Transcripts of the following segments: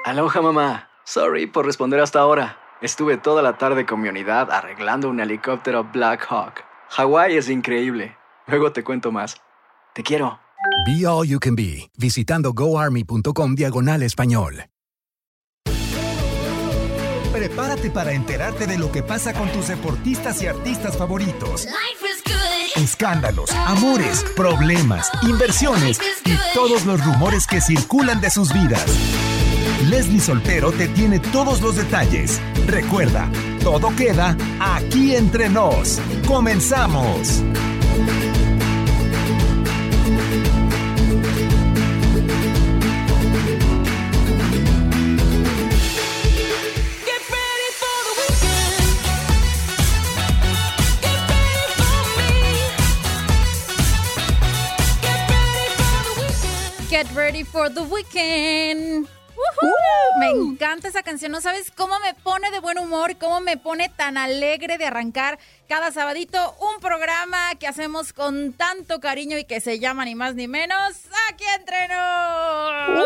Aloha, mamá. Sorry por responder hasta ahora. Estuve toda la tarde con mi unidad arreglando un helicóptero Black Hawk. Hawái es increíble. Luego te cuento más. Te quiero. Be All You Can Be, visitando goarmy.com/español. Prepárate para enterarte de lo que pasa con tus deportistas y artistas favoritos. Escándalos, amores, problemas, inversiones y todos los rumores que circulan de sus vidas. Leslie Soltero te tiene todos los detalles. Recuerda, todo queda aquí entre nos. ¡Comenzamos! Get ready for the weekend. Me encanta esa canción. No sabes cómo me pone de buen humor, cómo me pone tan alegre de arrancar cada sabadito un programa que hacemos con tanto cariño y que se llama ni más ni menos Aquí Entre Nos.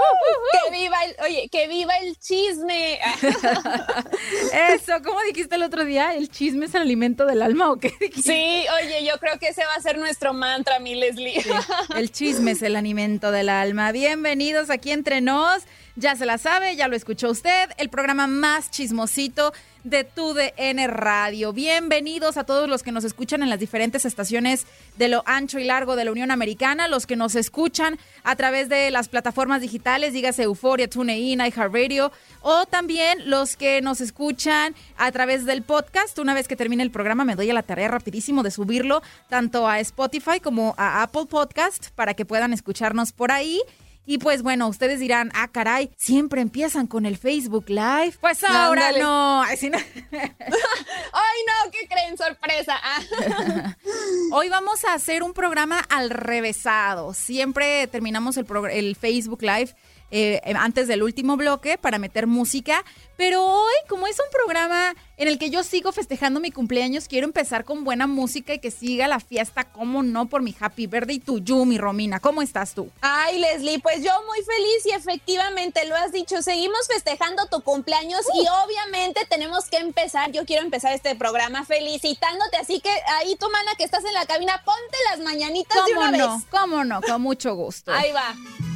Que viva el chisme. Eso, ¿cómo dijiste el otro día? ¿El chisme es el alimento del alma o qué dijiste? Sí, oye, yo creo que ese va a ser nuestro mantra, mi Leslie. Sí, el chisme es el alimento del alma. Bienvenidos Aquí Entre Nos. Ya se la sabe, ya lo escuchó usted, el programa más chismosito de TUDN Radio. Bienvenidos a todos los que nos escuchan en las diferentes estaciones de lo ancho y largo de la Unión Americana, los que nos escuchan a través de las plataformas digitales, dígase Euforia, TuneIn, iHeartRadio, o también los que nos escuchan a través del podcast. Una vez que termine el programa me doy a la tarea rapidísimo de subirlo tanto a Spotify como a Apple Podcast para que puedan escucharnos por ahí. Y pues bueno, ustedes dirán, caray, siempre empiezan con el Facebook Live. Pues ahora Ándale. no. Ay, sí, no. Ay, no, ¿qué creen? Sorpresa. Hoy vamos a hacer un programa al revésado. Siempre terminamos el Facebook Live antes del último bloque para meter música, pero hoy, como es un programa en el que yo sigo festejando mi cumpleaños, quiero empezar con buena música y que siga la fiesta, cómo no, por mi Happy Birthday to you, mi Romina. ¿Cómo estás tú? Ay, Leslie, pues yo muy feliz y efectivamente lo has dicho, seguimos festejando tu cumpleaños y obviamente tenemos que empezar, yo quiero empezar este programa felicitándote, así que ahí tu mana que estás en la cabina, ponte las mañanitas de una vez. ¿Cómo no? Con mucho gusto. Ahí va.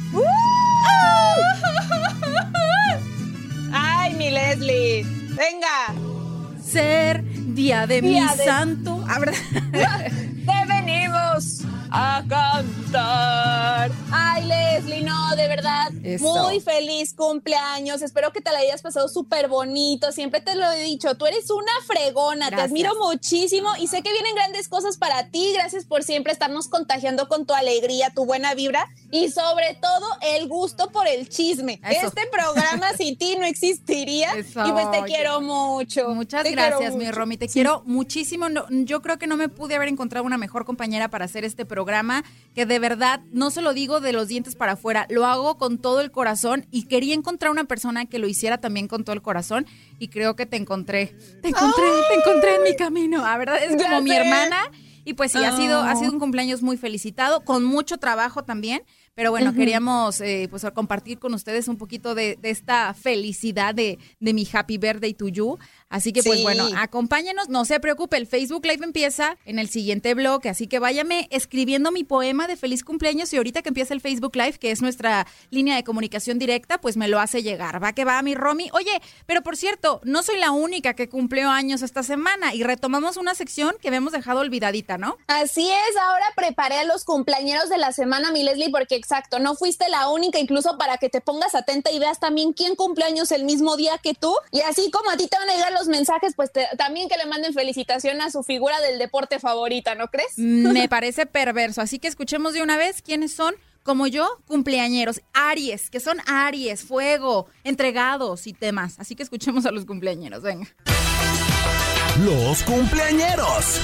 Ay, mi Leslie, venga. Ser día de mi santo. Te venimos a cantar. Ay, Leslie, no, de verdad, Eso. Muy feliz cumpleaños. Espero que te la hayas pasado súper bonito. Siempre te lo he dicho, tú eres una fregona. Gracias. Te admiro muchísimo y sé que vienen grandes cosas para ti. Gracias por siempre estarnos contagiando con tu alegría, tu buena vibra y sobre todo el gusto por el chisme. Eso. Este programa sin ti no existiría. Eso. Y pues te quiero mucho. Muchas Te gracias, quiero mi mucho. Romy. Te quiero muchísimo. No, yo creo que no me pude haber encontrado una mejor compañera para hacer este programa, que de verdad no se lo digo de los dientes para afuera, lo hago con todo el corazón y quería encontrar una persona que lo hiciera también con todo el corazón y creo que te encontré en mi camino. La verdad es como mi hermana y pues sí, ha sido un cumpleaños muy felicitado, con mucho trabajo también. Pero bueno, queríamos pues compartir con ustedes un poquito de esta felicidad de mi Happy Birthday to you. Así que pues bueno, acompáñenos, no se preocupe, el Facebook Live empieza en el siguiente bloque, así que váyame escribiendo mi poema de feliz cumpleaños y ahorita que empieza el Facebook Live, que es nuestra línea de comunicación directa, pues me lo hace llegar. Va que va, mi Romy. Oye, pero por cierto, no soy la única que cumplió años esta semana y retomamos una sección que habíamos dejado olvidadita, ¿no? Así es, ahora preparé a los cumpleañeros de la semana, mi Leslie, porque exacto, no fuiste la única, incluso para que te pongas atenta y veas también quién cumpleaños el mismo día que tú, y así como a ti te van a llegar los mensajes, pues también que le manden felicitación a su figura del deporte favorita, ¿no crees? Me parece perverso, así que escuchemos de una vez quiénes son, como yo, cumpleañeros, Aries, que son Aries, fuego, entregados y temas, así que escuchemos a los cumpleañeros, venga. Los cumpleañeros.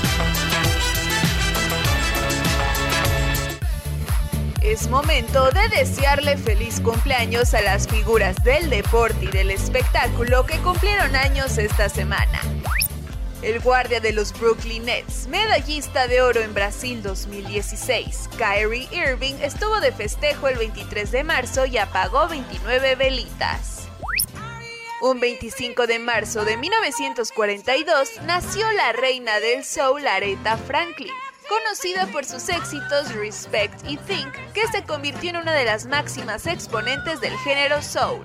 Es momento de desearle feliz cumpleaños a las figuras del deporte y del espectáculo que cumplieron años esta semana. El guardia de los Brooklyn Nets, medallista de oro en Brasil 2016, Kyrie Irving, estuvo de festejo el 23 de marzo y apagó 29 velitas. Un 25 de marzo de 1942 nació la reina del soul Aretha Franklin, conocida por sus éxitos Respect y Think, que se convirtió en una de las máximas exponentes del género soul.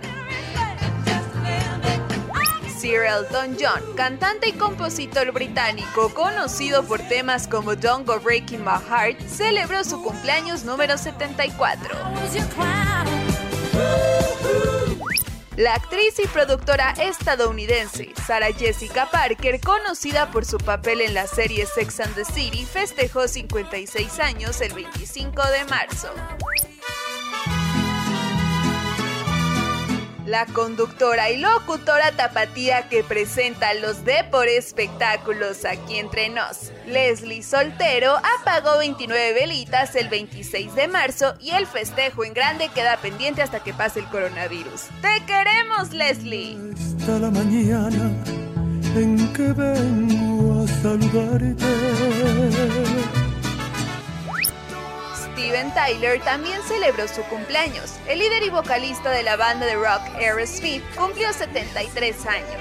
Sir Elton John, cantante y compositor británico conocido por temas como Don't Go Breaking My Heart, celebró su cumpleaños número 74. La actriz y productora estadounidense Sarah Jessica Parker, conocida por su papel en la serie Sex and the City, festejó 56 años el 25 de marzo. La conductora y locutora tapatía que presenta los Depor Espectáculos aquí entre nos, Leslie Soltero, apagó 29 velitas el 26 de marzo y el festejo en grande queda pendiente hasta que pase el coronavirus. ¡Te queremos, Leslie! Hasta la mañana en que vengo a saludarte. Steven Tyler también celebró su cumpleaños. El líder y vocalista de la banda de rock Aerosmith cumplió 73 años.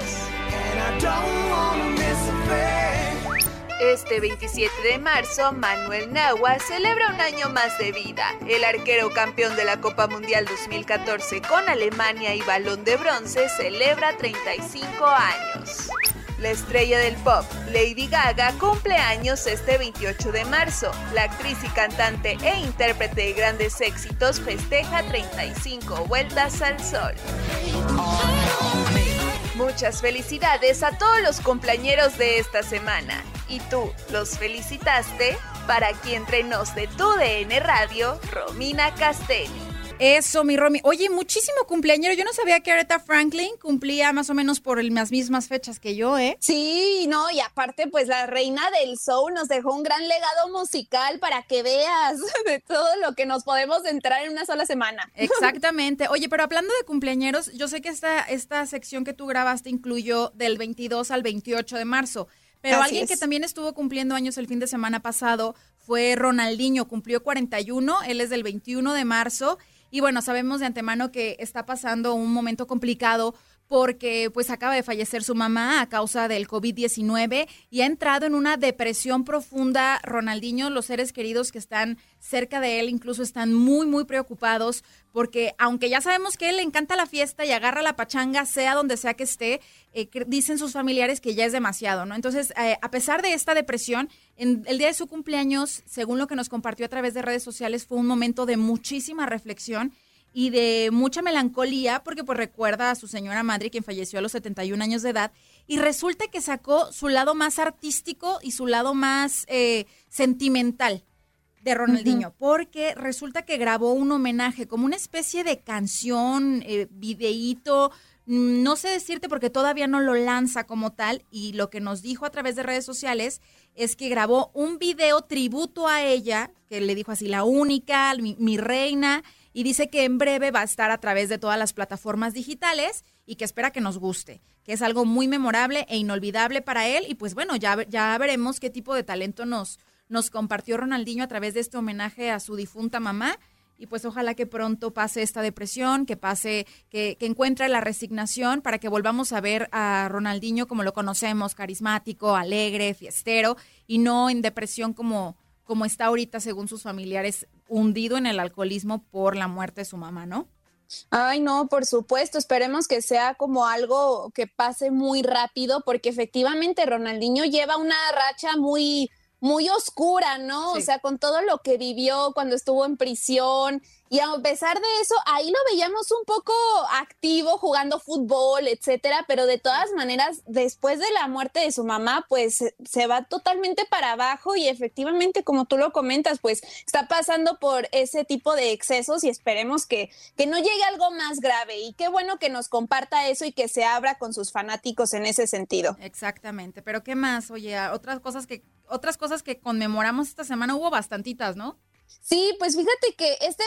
Este 27 de marzo, Manuel Nahua celebra un año más de vida. El arquero campeón de la Copa Mundial 2014 con Alemania y balón de bronce celebra 35 años. La estrella del pop, Lady Gaga, cumple años este 28 de marzo. La actriz y cantante e intérprete de grandes éxitos festeja 35 vueltas al sol. Muchas felicidades a todos los cumpleañeros de esta semana. ¿Y tú los felicitaste? Para aquí entre nos de tu DN Radio, Romina Castelli. Eso, mi Romy. Oye, muchísimo cumpleañero. Yo no sabía que Aretha Franklin cumplía más o menos por las mismas fechas que yo, ¿eh? Sí, no, y aparte, pues la reina del soul nos dejó un gran legado musical para que veas de todo lo que nos podemos entrar en una sola semana. Exactamente. Oye, pero hablando de cumpleañeros, yo sé que esta sección que tú grabaste incluyó del 22 al 28 de marzo. Pero Así alguien es. que también estuvo cumpliendo años el fin de semana pasado fue Ronaldinho, cumplió 41, él es del 21 de marzo. Y bueno, sabemos de antemano que está pasando un momento complicado porque pues acaba de fallecer su mamá a causa del COVID-19 y ha entrado en una depresión profunda. Ronaldinho, los seres queridos que están cerca de él incluso están muy, muy preocupados porque aunque ya sabemos que él le encanta la fiesta y agarra la pachanga, sea donde sea que esté, dicen sus familiares que ya es demasiado, ¿no? Entonces, a pesar de esta depresión, en el día de su cumpleaños, según lo que nos compartió a través de redes sociales, fue un momento de muchísima reflexión y de mucha melancolía, porque pues recuerda a su señora madre, quien falleció a los 71 años de edad, y resulta que sacó su lado más artístico y su lado más sentimental de Ronaldinho, porque resulta que grabó un homenaje, como una especie de canción, videíto, no sé decirte porque todavía no lo lanza como tal, y lo que nos dijo a través de redes sociales es que grabó un video tributo a ella, que le dijo así, la única, mi reina, y dice que en breve va a estar a través de todas las plataformas digitales y que espera que nos guste, que es algo muy memorable e inolvidable para él. Y pues bueno, ya veremos qué tipo de talento nos compartió Ronaldinho a través de este homenaje a su difunta mamá. Y pues ojalá que pronto pase esta depresión, que encuentre la resignación para que volvamos a ver a Ronaldinho como lo conocemos, carismático, alegre, fiestero y no en depresión como está ahorita, según sus familiares, hundido en el alcoholismo por la muerte de su mamá, ¿no? Ay, no, por supuesto, esperemos que sea como algo que pase muy rápido, porque efectivamente Ronaldinho lleva una racha muy, muy oscura, ¿no? Sí. O sea, con todo lo que vivió cuando estuvo en prisión, y a pesar de eso, ahí lo veíamos un poco activo, jugando fútbol, etcétera, pero de todas maneras, después de la muerte de su mamá, pues se va totalmente para abajo y efectivamente, como tú lo comentas, pues está pasando por ese tipo de excesos y esperemos que no llegue algo más grave, y qué bueno que nos comparta eso y que se abra con sus fanáticos en ese sentido. Exactamente, pero ¿qué más? Oye, otras cosas que conmemoramos esta semana, hubo bastantitas, ¿no? Sí, pues fíjate que este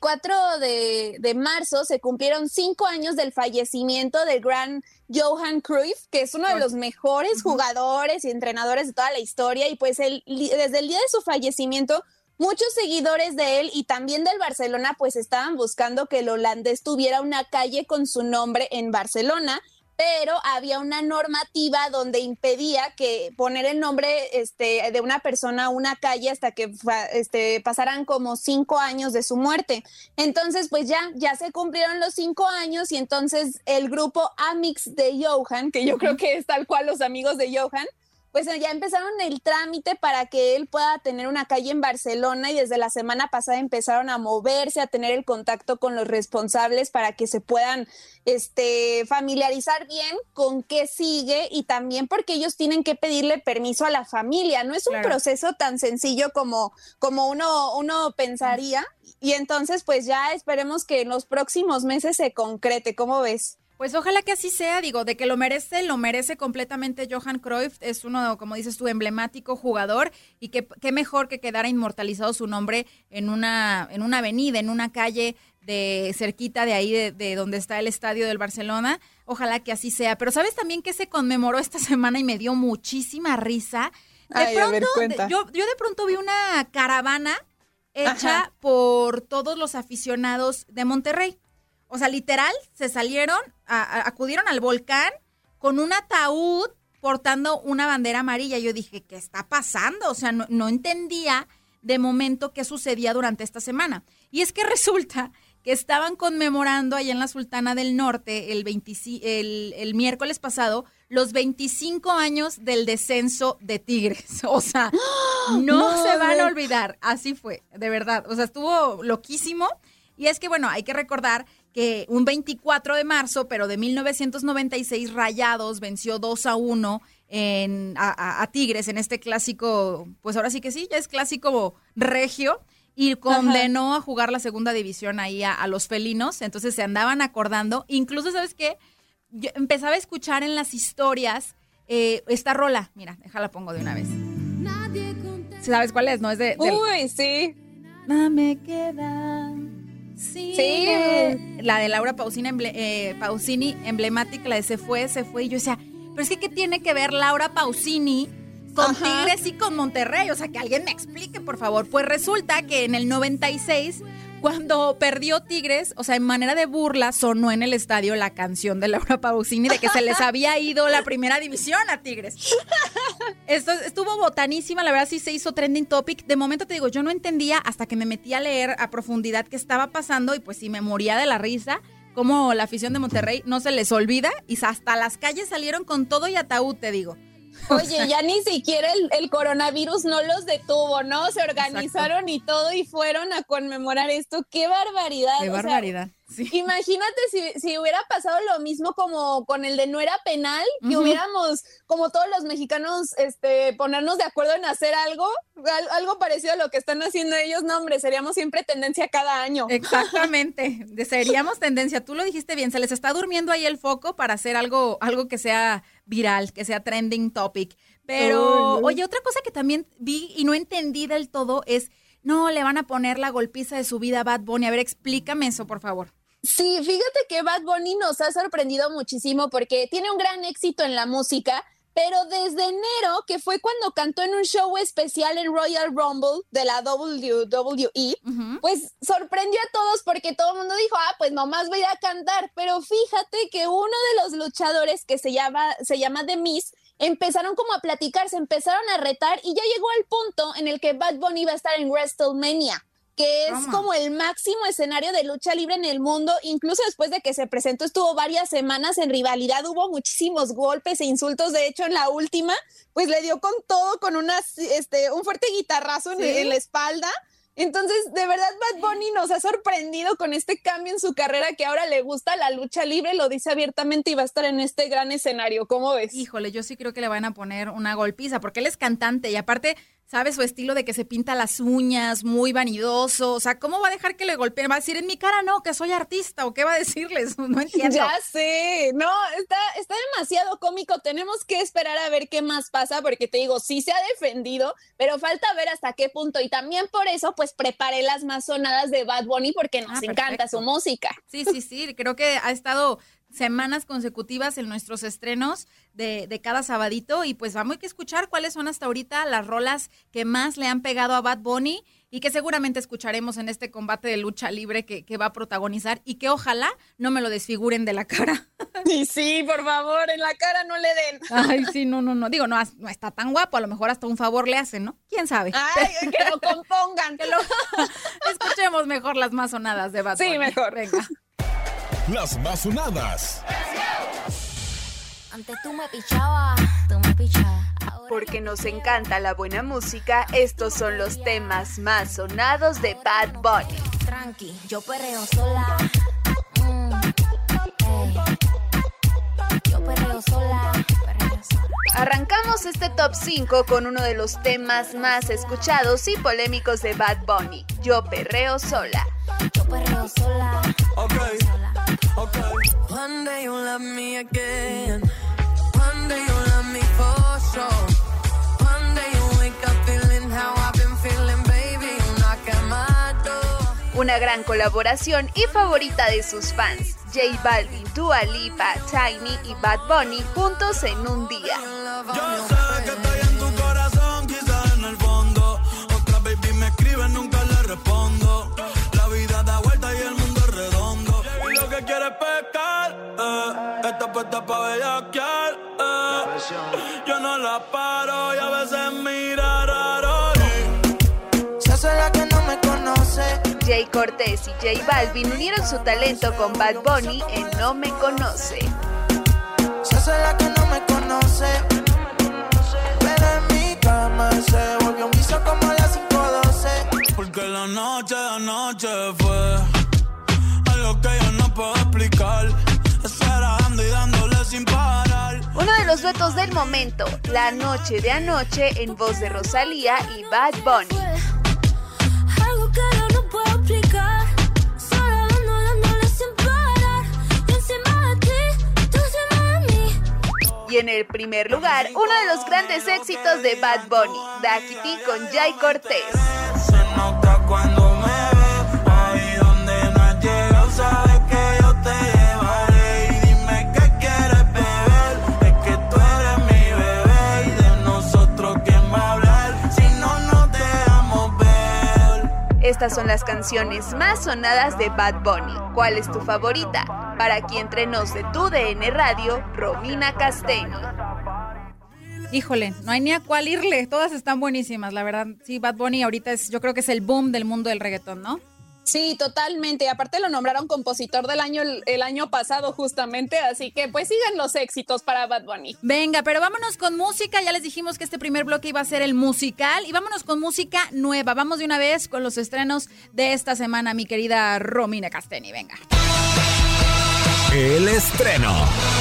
24 de marzo se cumplieron 5 años del fallecimiento del gran Johan Cruyff, que es uno de los mejores jugadores y entrenadores de toda la historia, y pues desde el día de su fallecimiento, muchos seguidores de él y también del Barcelona pues estaban buscando que el holandés tuviera una calle con su nombre en Barcelona, pero había una normativa donde impedía que poner el nombre de una persona a una calle hasta que pasaran como 5 años de su muerte. Entonces, pues ya se cumplieron los 5 años y entonces el grupo Amix de Johan, que yo creo que es tal cual los amigos de Johan, pues ya empezaron el trámite para que él pueda tener una calle en Barcelona y desde la semana pasada empezaron a moverse, a tener el contacto con los responsables para que se puedan familiarizar bien con qué sigue y también porque ellos tienen que pedirle permiso a la familia. No es un proceso tan sencillo como uno pensaría y entonces pues ya esperemos que en los próximos meses se concrete. ¿Cómo ves? Pues ojalá que así sea, digo, de que lo merece completamente Johan Cruyff, es uno, como dices tú, emblemático jugador y que qué mejor que quedara inmortalizado su nombre en una avenida, en una calle de cerquita de ahí de donde está el estadio del Barcelona. Ojalá que así sea, pero ¿sabes también que se conmemoró esta semana y me dio muchísima risa? Yo de pronto vi una caravana hecha por todos los aficionados de Monterrey. O sea, literal, se salieron, acudieron al volcán con un ataúd portando una bandera amarilla. Yo dije, ¿qué está pasando? O sea, no entendía de momento qué sucedía durante esta semana. Y es que resulta que estaban conmemorando allá en la Sultana del Norte el miércoles pasado los 25 años del descenso de Tigres. O sea, no se van a olvidar. Así fue, de verdad. O sea, estuvo loquísimo. Y es que, bueno, hay que recordar que un 24 de marzo, pero de 1996, Rayados venció 2-1 a Tigres en este clásico, pues ahora sí que sí, ya es clásico regio, y condenó a jugar la segunda división ahí a los felinos. Entonces se andaban acordando, incluso, ¿sabes qué? Yo empezaba a escuchar en las historias esta rola, mira, déjala pongo de una vez. ¿Sabes cuál es? No es de... Uy, sí. No me queda... Sí. La de Laura Pausini, emblemática, la de Se fue, y yo decía, pero es que ¿qué tiene que ver Laura Pausini con Tigres y con Monterrey? O sea, que alguien me explique, por favor. Pues resulta que en el 96, cuando perdió Tigres, o sea, en manera de burla, sonó en el estadio la canción de Laura Pausini de que se les había ido la primera división a Tigres. Esto estuvo botanísima, la verdad sí se hizo trending topic. De momento te digo, yo no entendía hasta que me metí a leer a profundidad qué estaba pasando y pues sí me moría de la risa. Como la afición de Monterrey no se les olvida y hasta las calles salieron con todo y ataúd, te digo. Oye, ya ni siquiera el coronavirus no los detuvo, ¿no? Se organizaron y todo y fueron a conmemorar esto. ¡Qué barbaridad! ¡Qué barbaridad! Sí. Imagínate si hubiera pasado lo mismo como con el de No Era Penal, que hubiéramos, como todos los mexicanos, ponernos de acuerdo en hacer algo parecido a lo que están haciendo ellos. No, hombre, seríamos siempre tendencia cada año. Exactamente, seríamos tendencia. Tú lo dijiste bien, se les está durmiendo ahí el foco para hacer algo que sea viral, que sea trending topic. Pero, oye, otra cosa que también vi y no entendí del todo es, no, le van a poner la golpiza de su vida a Bad Bunny. A ver, explícame eso, por favor. Sí, fíjate que Bad Bunny nos ha sorprendido muchísimo porque tiene un gran éxito en la música, pero desde enero, que fue cuando cantó en un show especial en Royal Rumble de la WWE, pues sorprendió a todos porque todo el mundo dijo, pues nomás voy a cantar, pero fíjate que uno de los luchadores que se llama The Miz, empezaron como a platicar, se empezaron a retar y ya llegó el punto en el que Bad Bunny va a estar en WrestleMania, que es como el máximo escenario de lucha libre en el mundo. Incluso después de que se presentó estuvo varias semanas en rivalidad, hubo muchísimos golpes e insultos. De hecho, en la última, pues le dio con todo, con un fuerte guitarrazo en la espalda. Entonces, de verdad, Bad Bunny nos ha sorprendido con este cambio en su carrera, que ahora le gusta la lucha libre, lo dice abiertamente y va a estar en este gran escenario. ¿Cómo ves? Híjole, yo sí creo que le van a poner una golpiza, porque él es cantante y aparte sabe su estilo de que se pinta las uñas, muy vanidoso. O sea, ¿cómo va a dejar que le golpeen? ¿Va a decir en mi cara no, que soy artista? ¿O qué va a decirles? No entiendo. Ya sé, no, está demasiado cómico. Tenemos que esperar a ver qué más pasa, porque te digo, sí se ha defendido, pero falta ver hasta qué punto. Y también por eso, pues preparé las más sonadas de Bad Bunny, porque nos encanta su música. Sí, creo que ha estado semanas consecutivas en nuestros estrenos de cada sabadito y pues vamos a escuchar cuáles son hasta ahorita las rolas que más le han pegado a Bad Bunny y que seguramente escucharemos en este combate de lucha libre que va a protagonizar y que ojalá no me lo desfiguren de la cara. Y sí, por favor, en la cara no le den. Ay, sí, no. Digo, no está tan guapo, a lo mejor hasta un favor le hacen, ¿no? ¿Quién sabe? Ay, que lo compongan. Escuchemos mejor las más sonadas de Bad Bunny. Sí, mejor. Venga. Las más sonadas. Antes tú me pichabas. Porque nos encanta la buena música, estos son los temas más sonados de Bad Bunny. Tranqui, yo perreo sola. Yo perreo sola. Arrancamos este top 5 con uno de los temas más escuchados y polémicos de Bad Bunny, Yo perreo sola. Yo perreo sola. Okay. One day you'll love me again. One day you'll love me for sure. One day you'll wake up feeling how I've been feeling, baby. You knock at my door. Una gran colaboración y favorita de sus fans, J Balvin, Dua Lipa, Tiny y Bad Bunny juntos en un día. Yo sé que estoy en tu corazón, quizás en el fondo. Otra baby me escribe, nunca le respondo. La vida da vuelta y el mundo es redondo. Y lo que quiere es pescar, está puesta pa' bellaquear, Yo no la paro y a veces mira raro. Se hace la que no me conoce. Jay Cortés y J Balvin unieron su talento con Bad Bunny en No Me Conoce. Se hace la que no me conoce. Pero en mi cama se volvió un vicio como las 5:12. Porque la noche de anoche fue algo que yo no puedo explicar. Esperando y dándole sin parar. Uno de los duetos del momento, La Noche de Anoche, en voz de Rosalía y Bad Bunny. Algo que yo no puedo explicar. Solo dándole sin parar. Yo encima de ti, tú encima de mí. Y en el primer lugar, uno de los grandes éxitos de Bad Bunny, Daquiti con Jay Cortés. Se nota cuando me ve. Ahí donde no has llegado, sabes que yo te llevaré. Y dime qué quieres beber. Es que tú eres mi bebé. Y de nosotros, ¿quién va a hablar? Si no, no te dejamos ver. Estas son las canciones más sonadas de Bad Bunny. ¿Cuál es tu favorita? Para aquí entre nos de tu DN Radio, Romina Castaño. Híjole, no hay ni a cuál irle, todas están buenísimas, la verdad. Sí, Bad Bunny ahorita yo creo que es el boom del mundo del reggaetón, ¿no? Sí, totalmente. Aparte lo nombraron compositor del año el año pasado justamente, así que pues sigan los éxitos para Bad Bunny. Venga, pero vámonos con música. Ya les dijimos que este primer bloque iba a ser el musical y vámonos con música nueva. Vamos de una vez con los estrenos de esta semana, mi querida Romina Castaño. Venga. El estreno.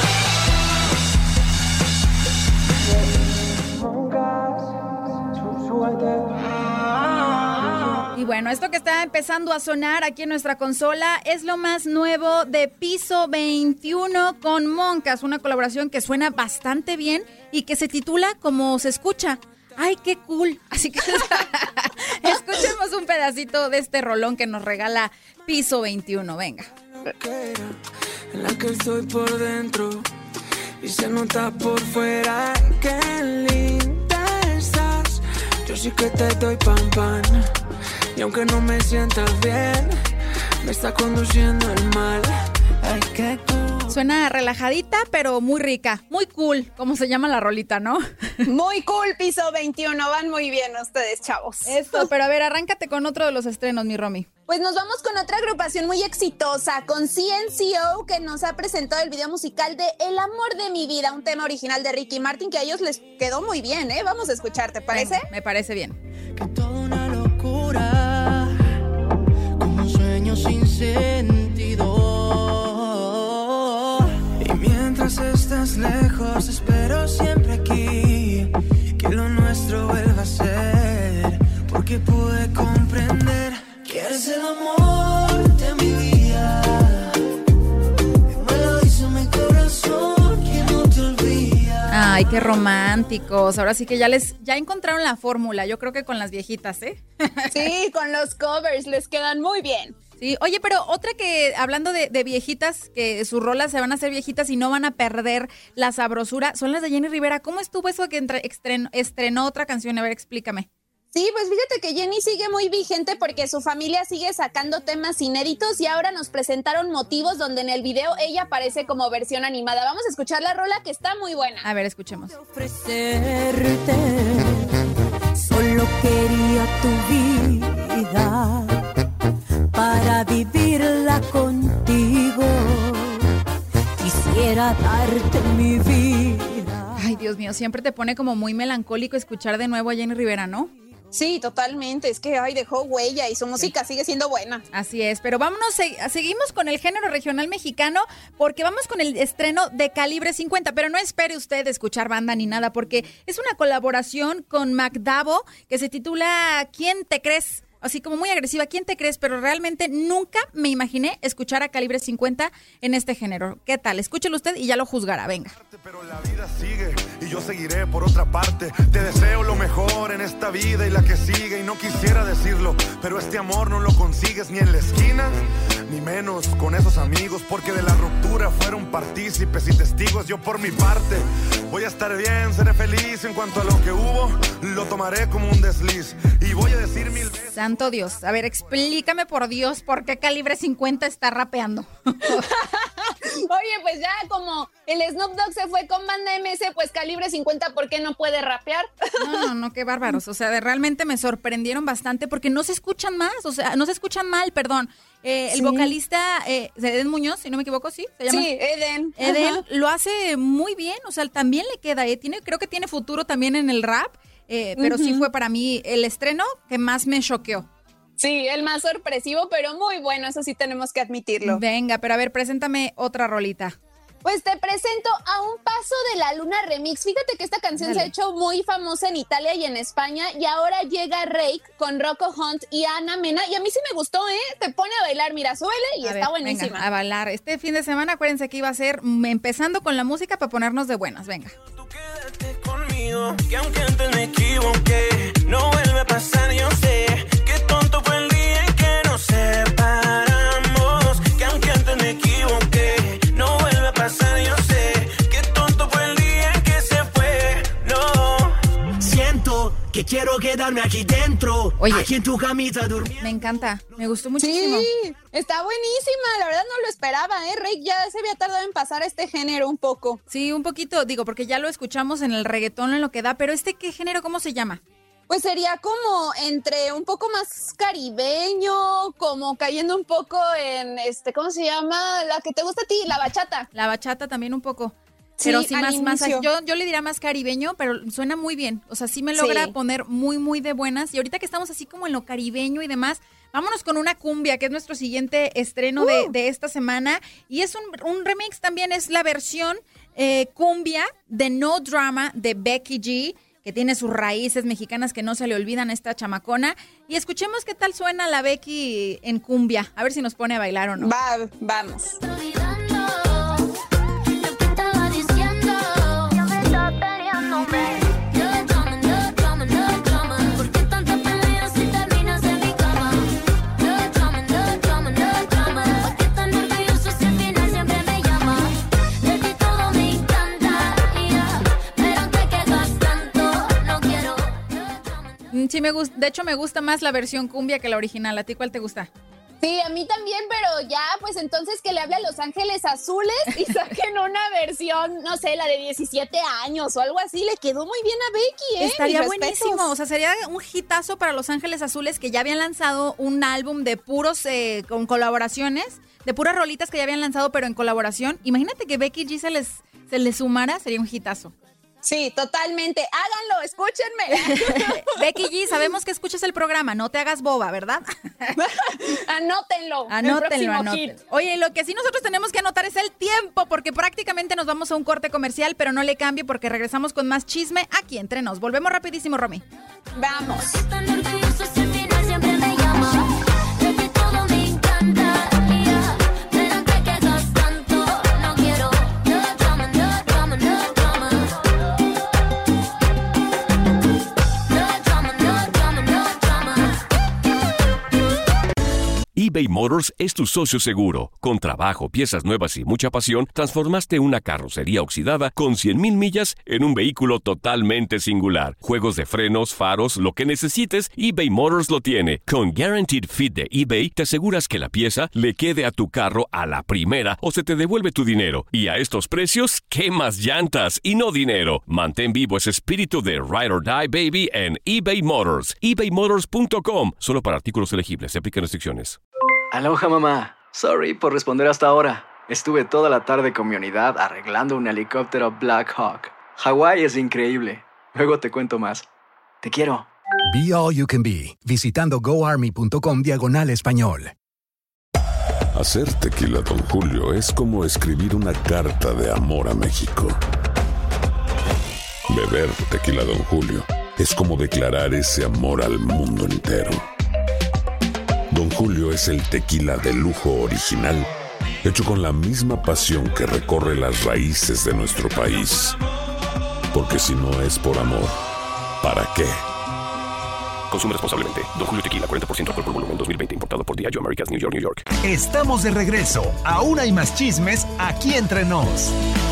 Y bueno, esto que está empezando a sonar aquí en nuestra consola es lo más nuevo de Piso 21 con Moncas, una colaboración que suena bastante bien y que se titula Como se escucha. ¡Ay, qué cool! Así que escuchemos un pedacito de este rolón que nos regala Piso 21. Venga. En la que estoy por dentro y se nota por fuera. Qué linda estás. Yo sí que te doy pan pan. Y aunque no me sientas bien, me está conduciendo el mal. Ay, qué cool. Suena relajadita, pero muy rica. Muy cool, como se llama la rolita, ¿no? Muy cool, Piso 21. Van muy bien ustedes, chavos. Eso, pero a ver, arráncate con otro de los estrenos, mi Romy. Pues nos vamos con otra agrupación muy exitosa, con CNCO, que nos ha presentado el video musical de El amor de mi vida, un tema original de Ricky Martin que a ellos les quedó muy bien, ¿eh? Vamos a escuchar, ¿te parece? Me parece bien. Que toda una locura, como un sueño sin sentido. Y mientras estás lejos, espero siempre aquí que lo nuestro vuelva a ser, porque pude comprender que eres el amor de mi vida. Me lo hizo mi corazón, que no te olvida. Ay, qué románticos. Ahora sí que ya encontraron la fórmula. Yo creo que con las viejitas, ¿eh? Sí, con los covers les quedan muy bien. Sí, oye, pero otra que, hablando de viejitas, que sus rolas se van a hacer viejitas y no van a perder la sabrosura, son las de Jenny Rivera. ¿Cómo estuvo eso que estrenó otra canción? A ver, explícame. Sí, pues fíjate que Jenny sigue muy vigente porque su familia sigue sacando temas inéditos y ahora nos presentaron Motivos, donde en el video ella aparece como versión animada. Vamos a escuchar la rola que está muy buena. A ver, escuchemos. Ofrecerte, solo quería tu vida para vivirla contigo. Quisiera darte mi vida. Ay, Dios mío, siempre te pone como muy melancólico escuchar de nuevo a Jenny Rivera, ¿no? Sí, totalmente. Es que dejó huella y su música sigue siendo buena. Así es, pero vámonos, seguimos con el género regional mexicano porque vamos con el estreno de Calibre 50, pero no espere usted escuchar banda ni nada porque es una colaboración con MacDavo que se titula ¿Quién te crees? Así como muy agresiva, ¿quién te crees? Pero realmente nunca me imaginé escuchar a Calibre 50 en este género. ¿Qué tal? Escúchelo usted y ya lo juzgará, venga. Pero la vida sigue y yo seguiré por otra parte. Te deseo lo mejor en esta vida y la que sigue. Y no quisiera decirlo, pero este amor no lo consigues ni en la esquina, ni menos con esos amigos, porque de la ruptura fueron partícipes y testigos. Yo por mi parte voy a estar bien, seré feliz. En cuanto a lo que hubo, lo tomaré como un desliz y voy a decir 1000 veces. Santo Dios, a ver, explícame por Dios por qué Calibre 50 está rapeando. Oye, pues ya como el Snoop Dogg se fue con Banda MS, pues Calibre 50, ¿por qué no puede rapear? No, qué bárbaros. O sea, realmente me sorprendieron bastante porque no se escuchan más, o sea, no se escuchan mal, perdón. El vocalista, Eden Muñoz, si no me equivoco, ¿sí? ¿Se llama? Sí, Eden. Eden lo hace muy bien, o sea, también le queda, creo que tiene futuro también en el rap, pero sí fue para mí el estreno que más me choqueó. Sí, el más sorpresivo, pero muy bueno, eso sí tenemos que admitirlo. Venga, pero a ver, preséntame otra rolita. Pues te presento A un paso de la luna remix. Fíjate que esta canción se ha hecho muy famosa en Italia y en España y ahora llega Rake con Rocco Hunt y Ana Mena y a mí sí me gustó, Te pone a bailar, mira, súbele y está buenísima. Venga, a bailar. Este fin de semana, acuérdense que iba a ser empezando con la música para ponernos de buenas, venga. Tú quédate conmigo, que aunque antes me equivoqué, no vuelve a pasar, yo sé. Qué tonto fue el día en que nos separamos, que aunque antes me equivoqué, no vuelve a pasar, yo sé. Qué tonto fue el día en que se fue, no. Siento que quiero quedarme aquí dentro. Oye, aquí en tu camita durmiendo. Me encanta, me gustó muchísimo. Sí, está buenísima, la verdad no lo esperaba, Rake ya se había tardado en pasar a este género un poco. Sí, un poquito, digo, porque ya lo escuchamos en el reggaetón, en lo que da, pero ¿qué género, cómo se llama? Pues sería como entre un poco más caribeño, como cayendo un poco en, ¿cómo se llama? La que te gusta a ti, la bachata. La bachata también un poco. Sí, pero sí más yo le diría más caribeño, pero suena muy bien. O sea, sí me logra poner muy, muy de buenas. Y ahorita que estamos así como en lo caribeño y demás, vámonos con una cumbia, que es nuestro siguiente estreno de esta semana. Y es un remix también, es la versión cumbia de No Drama de Becky G, que tiene sus raíces mexicanas que no se le olvidan a esta chamacona. Y escuchemos qué tal suena la Becky en cumbia. A ver si nos pone a bailar o no. Vamos. Sí, de hecho me gusta más la versión cumbia que la original. ¿A ti cuál te gusta? Sí, a mí también, pero ya, pues entonces que le hable a Los Ángeles Azules y saquen una versión, no sé, la de 17 años o algo así. Le quedó muy bien a Becky, Estaría buenísimo, o sea, sería un hitazo para Los Ángeles Azules, que ya habían lanzado un álbum de puros, con colaboraciones, de puras rolitas que ya habían lanzado, pero en colaboración. Imagínate que Becky G se les sumara, sería un hitazo. Sí, totalmente. Háganlo, escúchenme. Becky G, sabemos que escuchas el programa, no te hagas boba, ¿verdad? Anótenlo. Anótenlo. Oye, lo que sí nosotros tenemos que anotar es el tiempo, porque prácticamente nos vamos a un corte comercial, pero no le cambie porque regresamos con más chisme aquí entre nos. Volvemos rapidísimo, Romy. Vamos. eBay Motors es tu socio seguro. Con trabajo, piezas nuevas y mucha pasión, transformaste una carrocería oxidada con 100,000 millas en un vehículo totalmente singular. Juegos de frenos, faros, lo que necesites, eBay Motors lo tiene. Con Guaranteed Fit de eBay, te aseguras que la pieza le quede a tu carro a la primera o se te devuelve tu dinero. Y a estos precios, ¿qué más llantas y no dinero? Mantén vivo ese espíritu de Ride or Die, baby, en eBay Motors. ebaymotors.com. Solo para artículos elegibles. Se aplican restricciones. Aloha, mamá. Sorry por responder hasta ahora. Estuve toda la tarde con mi unidad arreglando un helicóptero Black Hawk. Hawái es increíble. Luego te cuento más. Te quiero. Be All You Can Be, visitando goarmy.com/español. Hacer tequila Don Julio es como escribir una carta de amor a México. Beber tequila Don Julio es como declarar ese amor al mundo entero. Don Julio es el tequila de lujo original, hecho con la misma pasión que recorre las raíces de nuestro país. Porque si no es por amor, ¿para qué? Consume responsablemente. Don Julio Tequila, 40% alcohol por volumen, 2020. Importado por Diageo Americas, New York, New York. Estamos de regreso. Aún hay más chismes aquí entre nos.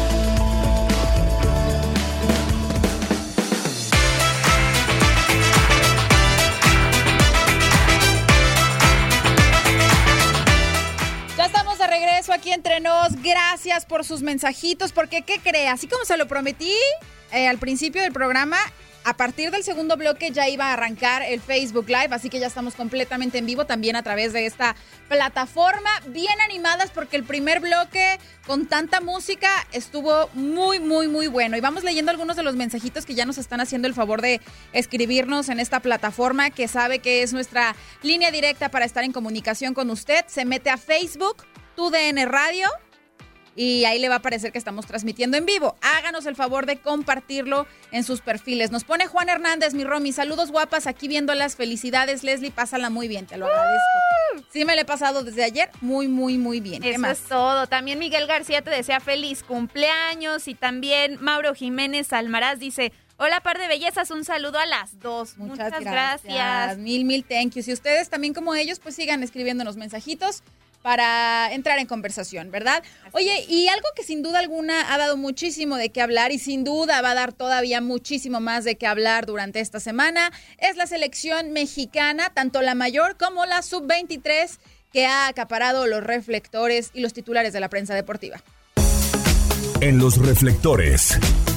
Ya estamos de regreso aquí entre nos. Gracias por sus mensajitos, porque ¿qué cree? Así como se lo prometí al principio del programa, a partir del segundo bloque ya iba a arrancar el Facebook Live, así que ya estamos completamente en vivo también a través de esta plataforma. Bien animadas porque el primer bloque con tanta música estuvo muy, muy, muy bueno. Y vamos leyendo algunos de los mensajitos que ya nos están haciendo el favor de escribirnos en esta plataforma, que sabe que es nuestra línea directa para estar en comunicación con usted. Se mete a Facebook, TUDN Radio, y ahí le va a aparecer que estamos transmitiendo en vivo. Háganos el favor de compartirlo en sus perfiles. Nos pone Juan Hernández, mi Romy. Saludos guapas, aquí viéndolas. Felicidades, Leslie, pásala muy bien, te lo agradezco. Sí me lo he pasado desde ayer muy, muy, muy bien. ¿Qué Eso más? es todo. También Miguel García te desea feliz cumpleaños. Y también Mauro Jiménez Almaraz dice: hola, par de bellezas, un saludo a las dos. Muchas gracias. Mil thank yous. Y ustedes también, como ellos, pues sigan escribiéndonos mensajitos para entrar en conversación, ¿verdad? Oye, y algo que sin duda alguna ha dado muchísimo de qué hablar y sin duda va a dar todavía muchísimo más de qué hablar durante esta semana es la selección mexicana, tanto la mayor como la sub-23, que ha acaparado los reflectores y los titulares de la prensa deportiva. En los reflectores.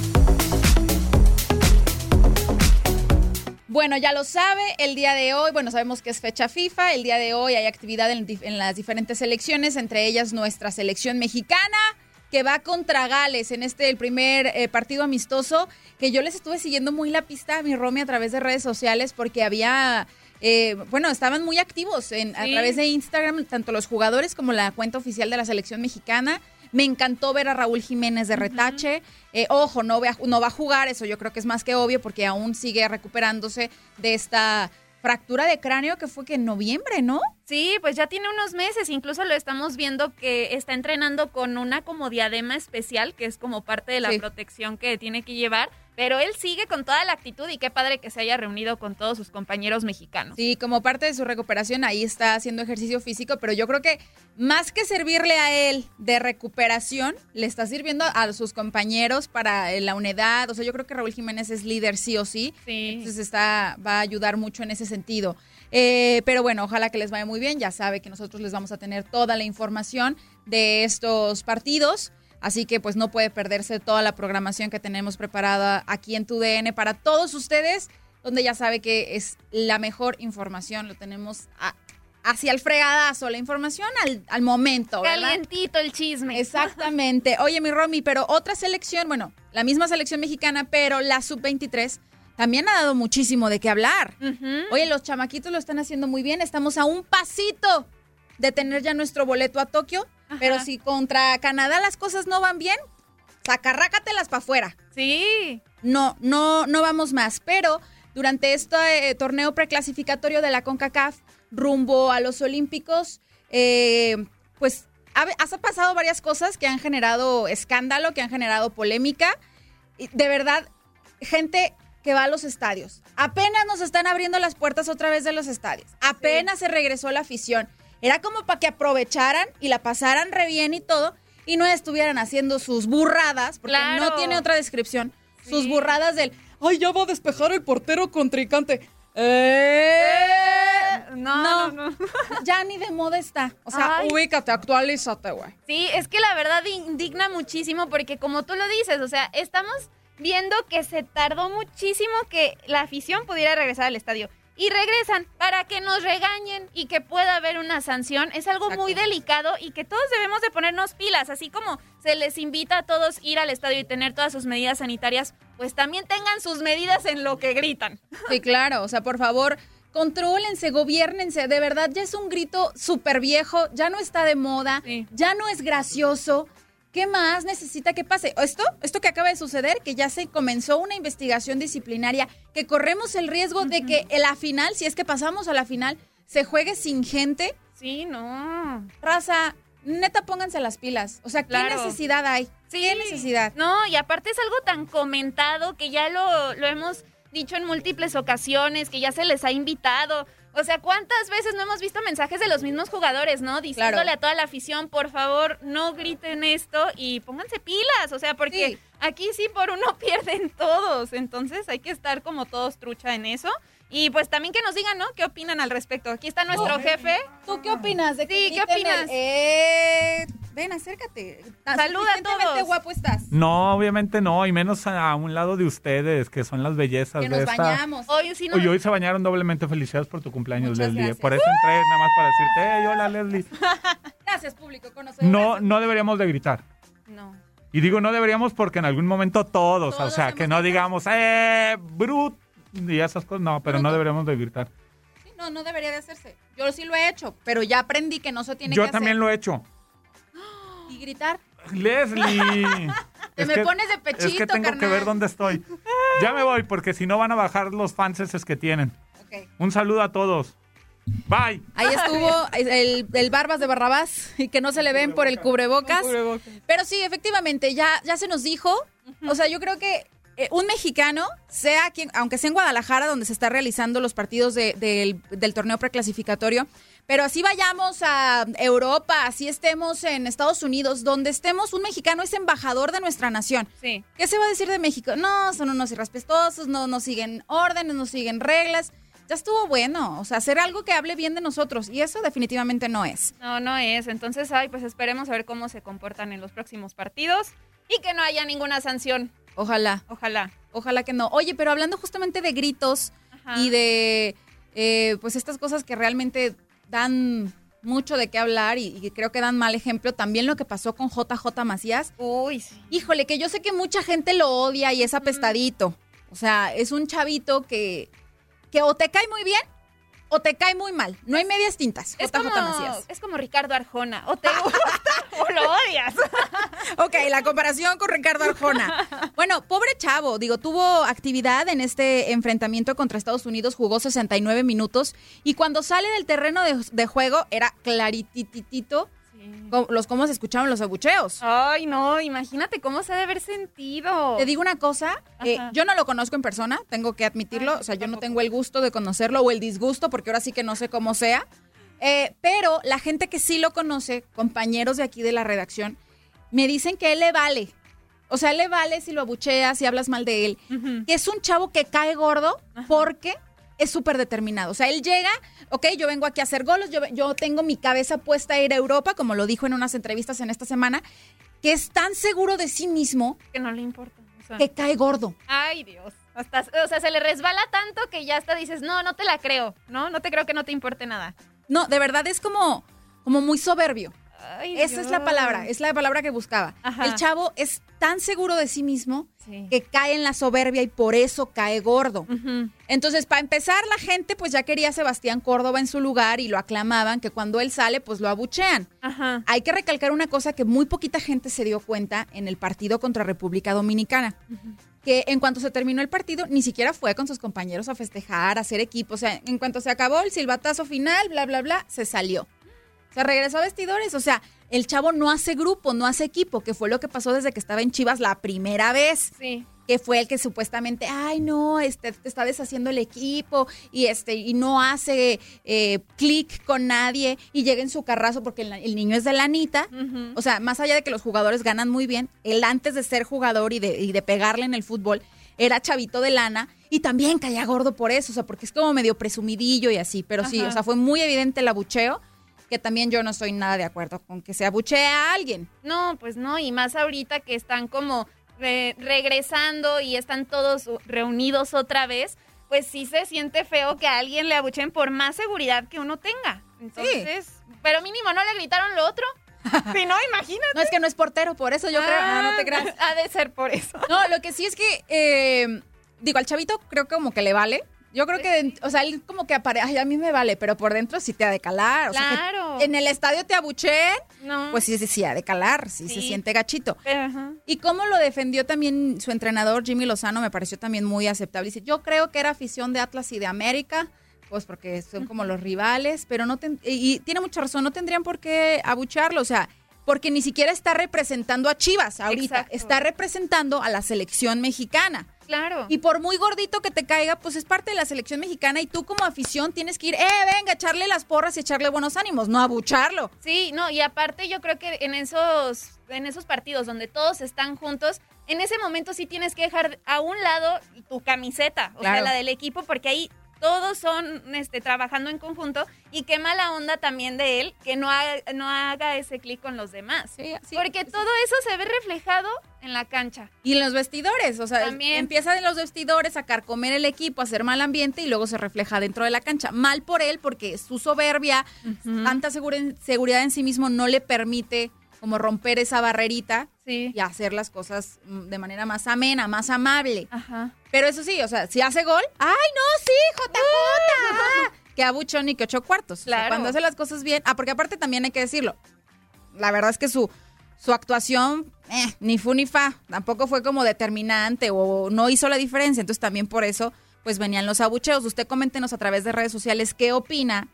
Bueno, ya lo sabe, el día de hoy, bueno, sabemos que es fecha FIFA, el día de hoy hay actividad en las diferentes selecciones, entre ellas nuestra selección mexicana, que va contra Gales en el primer partido amistoso, que yo les estuve siguiendo muy la pista a mi Romy a través de redes sociales, porque había, estaban muy activos a través de Instagram, tanto los jugadores como la cuenta oficial de la selección mexicana. Me encantó ver a Raúl Jiménez de retache. Ojo, no va a jugar, eso yo creo que es más que obvio, porque aún sigue recuperándose de esta fractura de cráneo que fue que en noviembre, ¿no? Sí, pues ya tiene unos meses, incluso lo estamos viendo que está entrenando con una como diadema especial, que es como parte de la protección que tiene que llevar, pero él sigue con toda la actitud y qué padre que se haya reunido con todos sus compañeros mexicanos. Sí, como parte de su recuperación ahí está haciendo ejercicio físico, pero yo creo que más que servirle a él de recuperación, le está sirviendo a sus compañeros para la unidad. O sea, yo creo que Raúl Jiménez es líder sí o sí, entonces va a ayudar mucho en ese sentido. Pero bueno, ojalá que les vaya muy bien. Ya sabe que nosotros les vamos a tener toda la información de estos partidos. Así que pues no puede perderse toda la programación que tenemos preparada aquí en TUDN para todos ustedes, donde ya sabe que es la mejor información. Lo tenemos hacia el fregadazo, la información al momento, ¿verdad? Calientito el chisme. Exactamente. Oye, mi Romy, pero otra selección, bueno, la misma selección mexicana, pero la sub-23 también ha dado muchísimo de qué hablar. Oye, los chamaquitos lo están haciendo muy bien. Estamos a un pasito de tener ya nuestro boleto a Tokio. Pero si contra Canadá las cosas no van bien, sacarrácatelas para afuera. Sí. No vamos más. Pero durante este torneo preclasificatorio de la CONCACAF rumbo a los Olímpicos, pues ha pasado varias cosas que han generado escándalo, que han generado polémica. De verdad, gente que va a los estadios. Apenas nos están abriendo las puertas otra vez de los estadios. Apenas se regresó la afición. era como para que aprovecharan y la pasaran re bien y todo, y no estuvieran haciendo sus burradas, porque no tiene otra descripción, sus burradas del, ay, ya va a despejar el portero contrincante. No. Ya ni de moda está. O sea, ubícate, actualízate, güey. Sí, es que la verdad indigna muchísimo porque como tú lo dices, o sea, estamos viendo que se tardó muchísimo que la afición pudiera regresar al estadio. Y regresan para que nos regañen y que pueda haber una sanción. Es algo muy delicado y que todos debemos de ponernos pilas. Así como se les invita a todos ir al estadio y tener todas sus medidas sanitarias, pues también tengan sus medidas en lo que gritan. Sí, claro. O sea, por favor, contrólense, gobiérnense. De verdad, ya es un grito súper viejo. Ya no está de moda. Ya no es gracioso. ¿Qué más necesita que pase? Esto que acaba de suceder, que ya se comenzó una investigación disciplinaria, que corremos el riesgo de que en la final, si es que pasamos a la final, se juegue sin gente. Sí, no. Raza, neta, pónganse las pilas. O sea, ¿qué necesidad hay? Sí. ¿Qué necesidad? No, y aparte es algo tan comentado que ya lo hemos dicho en múltiples ocasiones, que ya se les ha invitado. O sea, ¿cuántas veces no hemos visto mensajes de los mismos jugadores, no? Diciéndole a toda la afición, por favor, no griten esto y pónganse pilas. O sea, porque aquí sí por uno pierden todos. Entonces hay que estar como todos trucha en eso. Y pues también que nos digan, ¿no? ¿Qué opinan al respecto? Aquí está nuestro jefe. ¿Tú qué opinas? ¿De ¿qué opinas? Ven, acércate. Saluda a todos. Guapo estás. No, obviamente no, y menos a un lado de ustedes, que son las bellezas que de nos bañamos. Hoy se bañaron doblemente. Felicidades por tu cumpleaños, Muchas Leslie. gracias. Por eso entré nada más para decirte, hola, Leslie. Gracias, público conocedor. No deberíamos de gritar. No. Y digo no deberíamos porque en algún momento todos o sea, que no digamos, brut, y esas cosas, no, pero no deberíamos de gritar. Sí, no debería de hacerse. Yo sí lo he hecho, pero ya aprendí que no se tiene que hacer. Yo también lo he hecho. ¿Y gritar? Leslie. Me pones de pechito, Es que tengo carnal. que ver dónde estoy. Ya me voy porque si no van a bajar los fanses que tienen. Okay. Un saludo a todos. Bye. Ahí estuvo el Barbas de Barrabás y que no se le ven por el cubrebocas. Pero sí, efectivamente, ya se nos dijo. O sea, yo creo que un mexicano, sea quien, aunque sea en Guadalajara, donde se está realizando los partidos del torneo preclasificatorio, pero así vayamos a Europa, así estemos en Estados Unidos, donde estemos, un mexicano es embajador de nuestra nación. Sí. ¿Qué se va a decir de México? No, son unos irrespetuosos, no siguen órdenes, no siguen reglas. Ya estuvo bueno, o sea, hacer algo que hable bien de nosotros, y eso definitivamente no es. No es. Entonces, pues esperemos a ver cómo se comportan en los próximos partidos y que no haya ninguna sanción. Ojalá que no. Oye, pero hablando justamente de gritos y de pues estas cosas que realmente dan mucho de qué hablar y creo que dan mal ejemplo, también lo que pasó con JJ Macías. Uy, sí. Híjole, que yo sé que mucha gente lo odia y es apestadito. O sea, es un chavito que o te cae muy bien o te cae muy mal. No hay medias tintas. JJ Macías. Es como Ricardo Arjona. O te gusta o lo odias. Ok, la comparación con Ricardo Arjona. Bueno, pobre chavo, tuvo actividad en este enfrentamiento contra Estados Unidos, jugó 69 minutos y cuando sale del terreno de juego era clarititito cómo se escuchaban los abucheos. Ay, no, imagínate cómo se ha de haber sentido. Te digo una cosa, yo no lo conozco en persona, tengo que admitirlo, o sea, yo no tengo el gusto de conocerlo o el disgusto, porque ahora sí que no sé cómo sea, pero la gente que sí lo conoce, compañeros de aquí de la redacción, me dicen que él le vale. O sea, le vale si lo abucheas, si hablas mal de él. Que es un chavo que cae gordo porque es súper determinado. O sea, él llega, ok, yo vengo aquí a hacer goles, yo tengo mi cabeza puesta a ir a Europa, como lo dijo en unas entrevistas en esta semana, que es tan seguro de sí mismo que no le importa. O sea, que cae gordo. Ay, Dios. O sea, se le resbala tanto que ya hasta dices, no te la creo, no te creo que no te importe nada. No, de verdad es como muy soberbio. Ay, esa es la palabra que buscaba. Ajá. El chavo es tan seguro de sí mismo que cae en la soberbia y por eso cae gordo. Entonces, para empezar, la gente pues ya quería a Sebastián Córdoba en su lugar y lo aclamaban, que cuando él sale pues lo abuchean. Hay que recalcar una cosa que muy poquita gente se dio cuenta en el partido contra República Dominicana. Que en cuanto se terminó el partido, ni siquiera fue con sus compañeros a festejar, a hacer equipo. O sea, en cuanto se acabó el silbatazo final, bla, bla, bla, se salió. Se regresó a vestidores, o sea, el chavo no hace grupo, no hace equipo, que fue lo que pasó desde que estaba en Chivas la primera vez. Sí. que fue el que supuestamente, ay no, te está deshaciendo el equipo y no hace clic con nadie y llega en su carrazo porque el niño es de lanita. Uh-huh. O sea, más allá de que los jugadores ganan muy bien, él antes de ser jugador y de pegarle en el fútbol, era chavito de lana y también caía gordo por eso, o sea, porque es como medio presumidillo y así, pero sí, o sea, fue muy evidente el abucheo, que también yo no estoy nada de acuerdo con que se abuchee a alguien. No, pues no, y más ahorita que están como regresando y están todos reunidos otra vez, pues sí se siente feo que a alguien le abucheen por más seguridad que uno tenga. Entonces, pero mínimo no le gritaron lo otro. Si no, imagínate. No, es que no es portero, por eso yo creo. No te creas. Ha de ser por eso. No, lo que sí es que, al chavito creo que como que le vale. Yo creo que, o sea, él como que ay, a mí me vale, pero por dentro sí te ha de calar. O claro. sea, que en el estadio te abucheen, pues sí ha de calar, sí se siente gachito. Uh-huh. Y cómo lo defendió también su entrenador, Jimmy Lozano, me pareció también muy aceptable. Dice, yo creo que era afición de Atlas y de América, pues porque son como los rivales, pero y tiene mucha razón, no tendrían por qué abuchearlo, o sea, porque ni siquiera está representando a Chivas ahorita, exacto, está representando a la selección mexicana. Claro. Y por muy gordito que te caiga, pues es parte de la selección mexicana y tú como afición tienes que ir, venga, echarle las porras y echarle buenos ánimos, no abucharlo. Sí, no, y aparte yo creo que en esos partidos donde todos están juntos, en ese momento sí tienes que dejar a un lado tu camiseta, o sea, la del equipo, porque ahí todos son trabajando en conjunto y qué mala onda también de él que no haga ese clic con los demás. Sí, porque todo eso se ve reflejado en la cancha. Y en los vestidores, o sea, también empieza en los vestidores a carcomer el equipo, a hacer mal ambiente y luego se refleja dentro de la cancha. Mal por él porque su soberbia, tanta seguridad en sí mismo no le permite como romper esa barrerita y hacer las cosas de manera más amena, más amable. Ajá. Pero eso sí, o sea, si hace gol, ¡ay, no, sí, JJ! Que abuchón y que 8 cuartos. Claro. O sea, cuando hace las cosas bien, porque aparte también hay que decirlo, la verdad es que su actuación, ni fu ni fa, tampoco fue como determinante o no hizo la diferencia, entonces también por eso, pues venían los abucheos. Usted coméntenos a través de redes sociales qué opina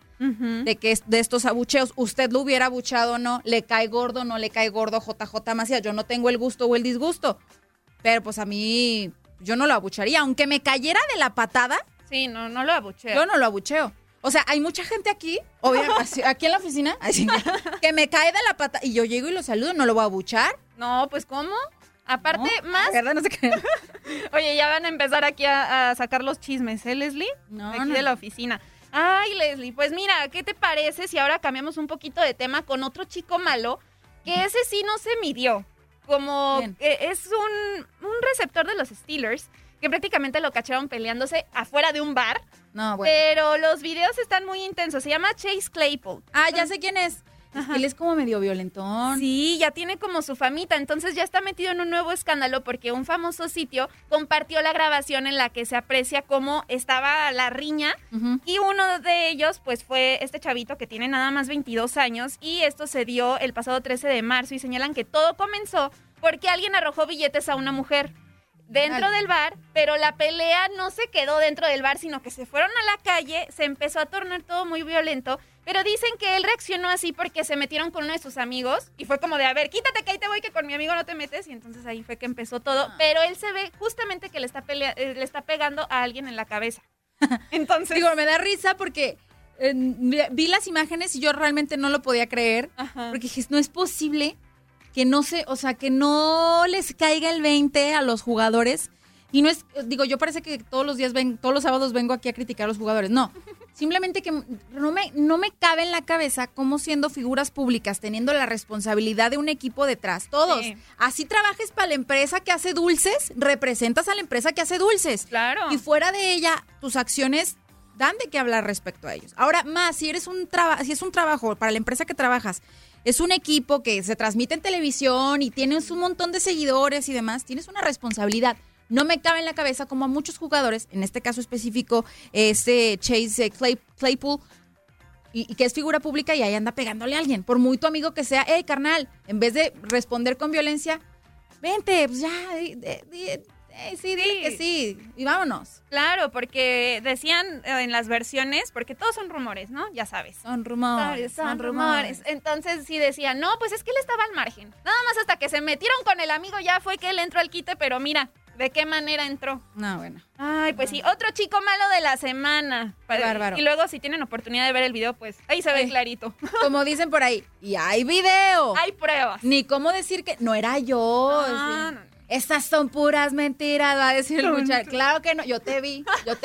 de estos abucheos. ¿Usted lo hubiera abuchado o no? ¿Le cae gordo o no le cae gordo JJ Macías? Yo no tengo el gusto o el disgusto, pero pues a mí, yo no lo abucharía, aunque me cayera de la patada. Sí, no lo abucheo. Yo no lo abucheo. O sea, hay mucha gente aquí, aquí en la oficina, que me cae de la patada y yo llego y lo saludo, ¿no lo voy a abuchar? No, pues ¿cómo? Aparte, no, más... ¿verdad? No sé qué. Oye, ya van a empezar aquí a sacar los chismes, ¿eh, Leslie? De la oficina. Ay, Leslie, pues mira, ¿qué te parece si ahora cambiamos un poquito de tema con otro chico malo? Que ese sí no se midió. Como es un receptor de los Steelers, que prácticamente lo cacharon peleándose afuera de un bar. No, bueno. Pero los videos están muy intensos. Se llama Chase Claypool. Ya sé quién es. Él es como medio violentón. Sí, ya tiene como su famita, entonces ya está metido en un nuevo escándalo porque un famoso sitio compartió la grabación en la que se aprecia cómo estaba la riña y uno de ellos pues fue este chavito que tiene nada más 22 años y esto se dio el pasado 13 de marzo y señalan que todo comenzó porque alguien arrojó billetes a una mujer dentro del bar, pero la pelea no se quedó dentro del bar, sino que se fueron a la calle, se empezó a tornar todo muy violento, pero dicen que él reaccionó así porque se metieron con uno de sus amigos y fue como de, a ver, quítate que ahí te voy, que con mi amigo no te metes, y entonces ahí fue que empezó todo, pero él se ve justamente que le está pegando a alguien en la cabeza. Entonces... Digo, me da risa porque vi las imágenes y yo realmente no lo podía creer, porque dije, no es posible que que no les caiga el 20 a los jugadores. Y no es, yo parece que todos los sábados vengo aquí a criticar a los jugadores. No, simplemente que no me cabe en la cabeza cómo siendo figuras públicas, teniendo la responsabilidad de un equipo detrás, todos. Sí. Así trabajes para la empresa que hace dulces, representas a la empresa que hace dulces. Claro. Y fuera de ella, tus acciones dan de qué hablar respecto a ellos. Ahora, más, si es un trabajo para la empresa que trabajas, es un equipo que se transmite en televisión y tienes un montón de seguidores y demás, tienes una responsabilidad. No me cabe en la cabeza como a muchos jugadores, en este caso específico, Chase Claypool, y que es figura pública y ahí anda pegándole a alguien. Por muy tu amigo que sea, carnal, en vez de responder con violencia, vente, pues ya, sí, dile que sí, y vámonos. Claro, porque decían en las versiones, porque todos son rumores, ¿no? Ya sabes. Son rumores. Entonces sí decían, no, pues es que él estaba al margen. Nada más hasta que se metieron con el amigo ya fue que él entró al quite, pero mira, ¿De qué manera entró? No, bueno. Ay, pues sí, otro chico malo de la semana. Bárbaro. Y luego, si tienen oportunidad de ver el video, pues ahí se ve clarito. Como dicen por ahí, y hay video. Hay pruebas. Ni cómo decir que no era yo. No, sí. no. Estas son puras mentiras, va a decir el muchacho. Claro que no, yo te vi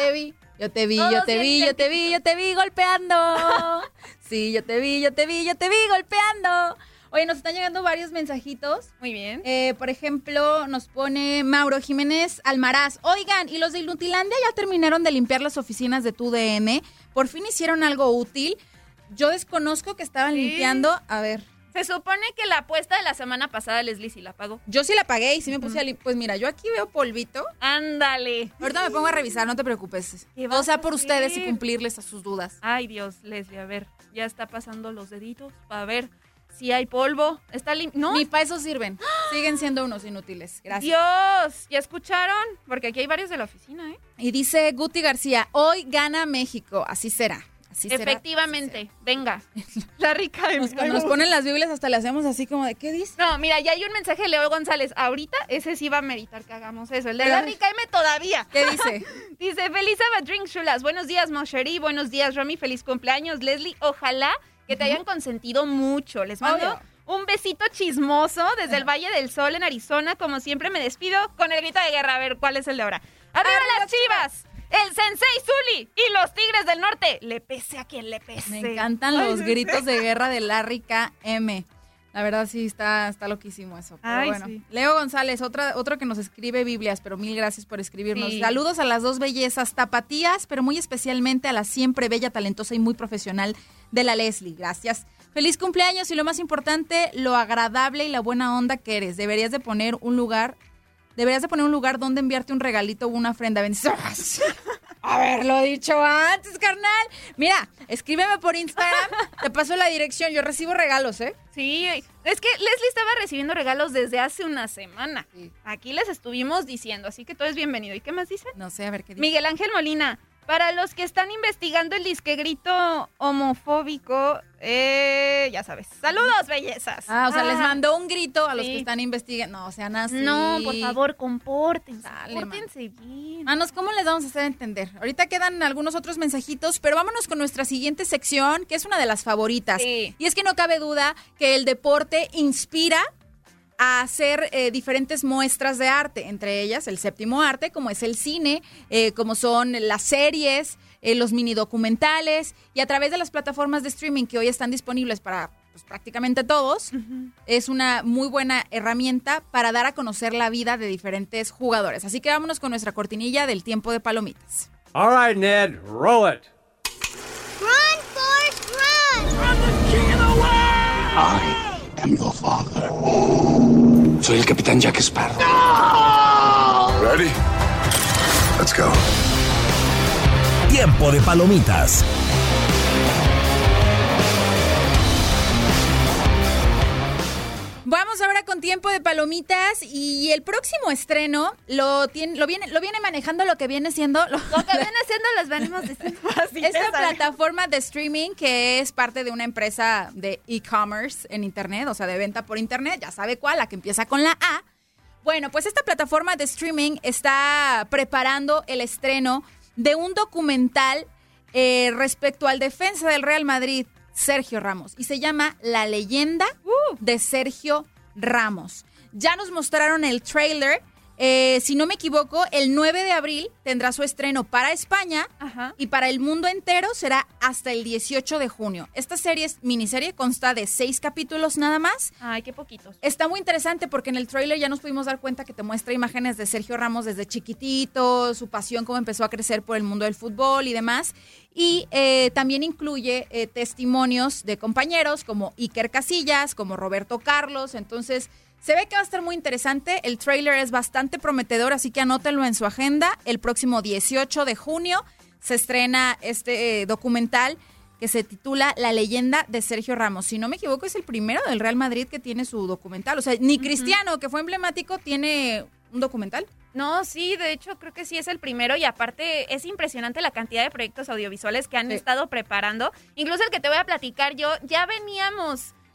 golpeando. Sí, yo te vi golpeando. Oye, nos están llegando varios mensajitos. Muy bien. Por ejemplo, nos pone Mauro Jiménez Almaraz. Oigan, ¿y los de Inutilandia ya terminaron de limpiar las oficinas de TUDN? ¿Por fin hicieron algo útil? Yo desconozco que estaban limpiando. A ver. Se supone que la apuesta de la semana pasada, Leslie sí la pagó. Yo sí la pagué y sí me puse a limpiar. Pues mira, yo aquí veo polvito. Ándale. Ahorita me pongo a revisar, no te preocupes. O sea, por ustedes y cumplirles a sus dudas. Ay, Dios, Leslie, a ver. Ya está pasando los deditos para ver si hay polvo. Está ¿no? Ni para eso sirven. Siguen siendo unos inútiles. Gracias. Dios, ¿ya escucharon? Porque aquí hay varios de la oficina, ¿eh? Y dice Guti García, hoy gana México. Así será. Efectivamente, venga. La rica Cuando nos ponen las Biblias hasta le hacemos así como de, ¿qué dice? No, mira, ya hay un mensaje de Leo González. Ahorita ese sí va a meritar que hagamos eso. El de la rica M todavía. ¿Qué dice? Dice, feliz Drink Chulas. Buenos días, Mosheri. Buenos días, Romy. Feliz cumpleaños, Leslie. Ojalá que te hayan consentido mucho. Les mando un besito chismoso desde el Valle del Sol en Arizona. Como siempre me despido con el grito de guerra. A ver, ¿cuál es el de ahora? ¡Arriba las Chivas! El Sensei Zuli y los Tigres del Norte. Le pese a quien le pese. Me encantan los gritos de guerra de Larry KM. La verdad sí está loquísimo eso. Pero ay, bueno. Sí. Leo González, otro que nos escribe Biblias, pero mil gracias por escribirnos. Sí. Saludos a las dos bellezas tapatías, pero muy especialmente a la siempre bella, talentosa y muy profesional de la Leslie. Gracias. Feliz cumpleaños y lo más importante, lo agradable y la buena onda que eres. Deberías de poner un lugar donde enviarte un regalito o una ofrenda. Bendiciones. Haberlo dicho antes, carnal. Mira, escríbeme por Instagram, te paso la dirección. Yo recibo regalos, ¿eh? Sí, es que Leslie estaba recibiendo regalos desde hace una semana. Sí. Aquí les estuvimos diciendo, así que todo es bienvenido. ¿Y qué más dicen? No sé, a ver qué dice. Miguel Ángel Molina. Para los que están investigando el disque grito homofóbico, ya sabes. ¡Saludos, bellezas! O sea, les mandó un grito a los que están investigando. No, sean así. No, por favor, compórtense. Compórtense bien. Manos, ¿cómo les vamos a hacer entender? Ahorita quedan algunos otros mensajitos, pero vámonos con nuestra siguiente sección, que es una de las favoritas. Sí. Y es que no cabe duda que el deporte inspira a hacer diferentes muestras de arte, entre ellas el séptimo arte, como es el cine, como son las series, los mini documentales, y a través de las plataformas de streaming que hoy están disponibles para prácticamente todos, es una muy buena herramienta para dar a conocer la vida de diferentes jugadores. Así que vámonos con nuestra cortinilla del tiempo de palomitas. All right, Ned, roll it. Run, Forrest, run! I'm the king of the world! I am the father. Soy el capitán Jack Sparrow. No! Ready? Let's go. Tiempo de palomitas. Vamos ahora con tiempo de palomitas y el próximo estreno lo viene manejando lo que viene siendo lo que viene siendo los venimos diciendo así. Esta plataforma de streaming que es parte de una empresa de e-commerce en internet, o sea, de venta por internet, ya sabe cuál, la que empieza con la A. Bueno, pues esta plataforma de streaming está preparando el estreno de un documental respecto al defensa del Real Madrid, Sergio Ramos, y se llama La leyenda de Sergio Ramos. Ya nos mostraron el tráiler. Si no me equivoco, el 9 de abril tendrá su estreno para España. Ajá. Y para el mundo entero será hasta el 18 de junio. Esta miniserie consta de 6 capítulos nada más. Ay, qué poquitos. Está muy interesante porque en el tráiler ya nos pudimos dar cuenta que te muestra imágenes de Sergio Ramos desde chiquitito, su pasión, cómo empezó a crecer por el mundo del fútbol y demás. Y también incluye testimonios de compañeros como Iker Casillas, como Roberto Carlos. Entonces, se ve que va a estar muy interesante. El tráiler es bastante prometedor, así que anótenlo en su agenda. El próximo 18 de junio se estrena este documental que se titula La leyenda de Sergio Ramos. Si no me equivoco, es el primero del Real Madrid que tiene su documental. O sea, ni Cristiano, que fue emblemático, tiene un documental. No, sí, de hecho creo que sí es el primero y aparte es impresionante la cantidad de proyectos audiovisuales que han estado preparando. Incluso el que te voy a platicar yo, ya veníamos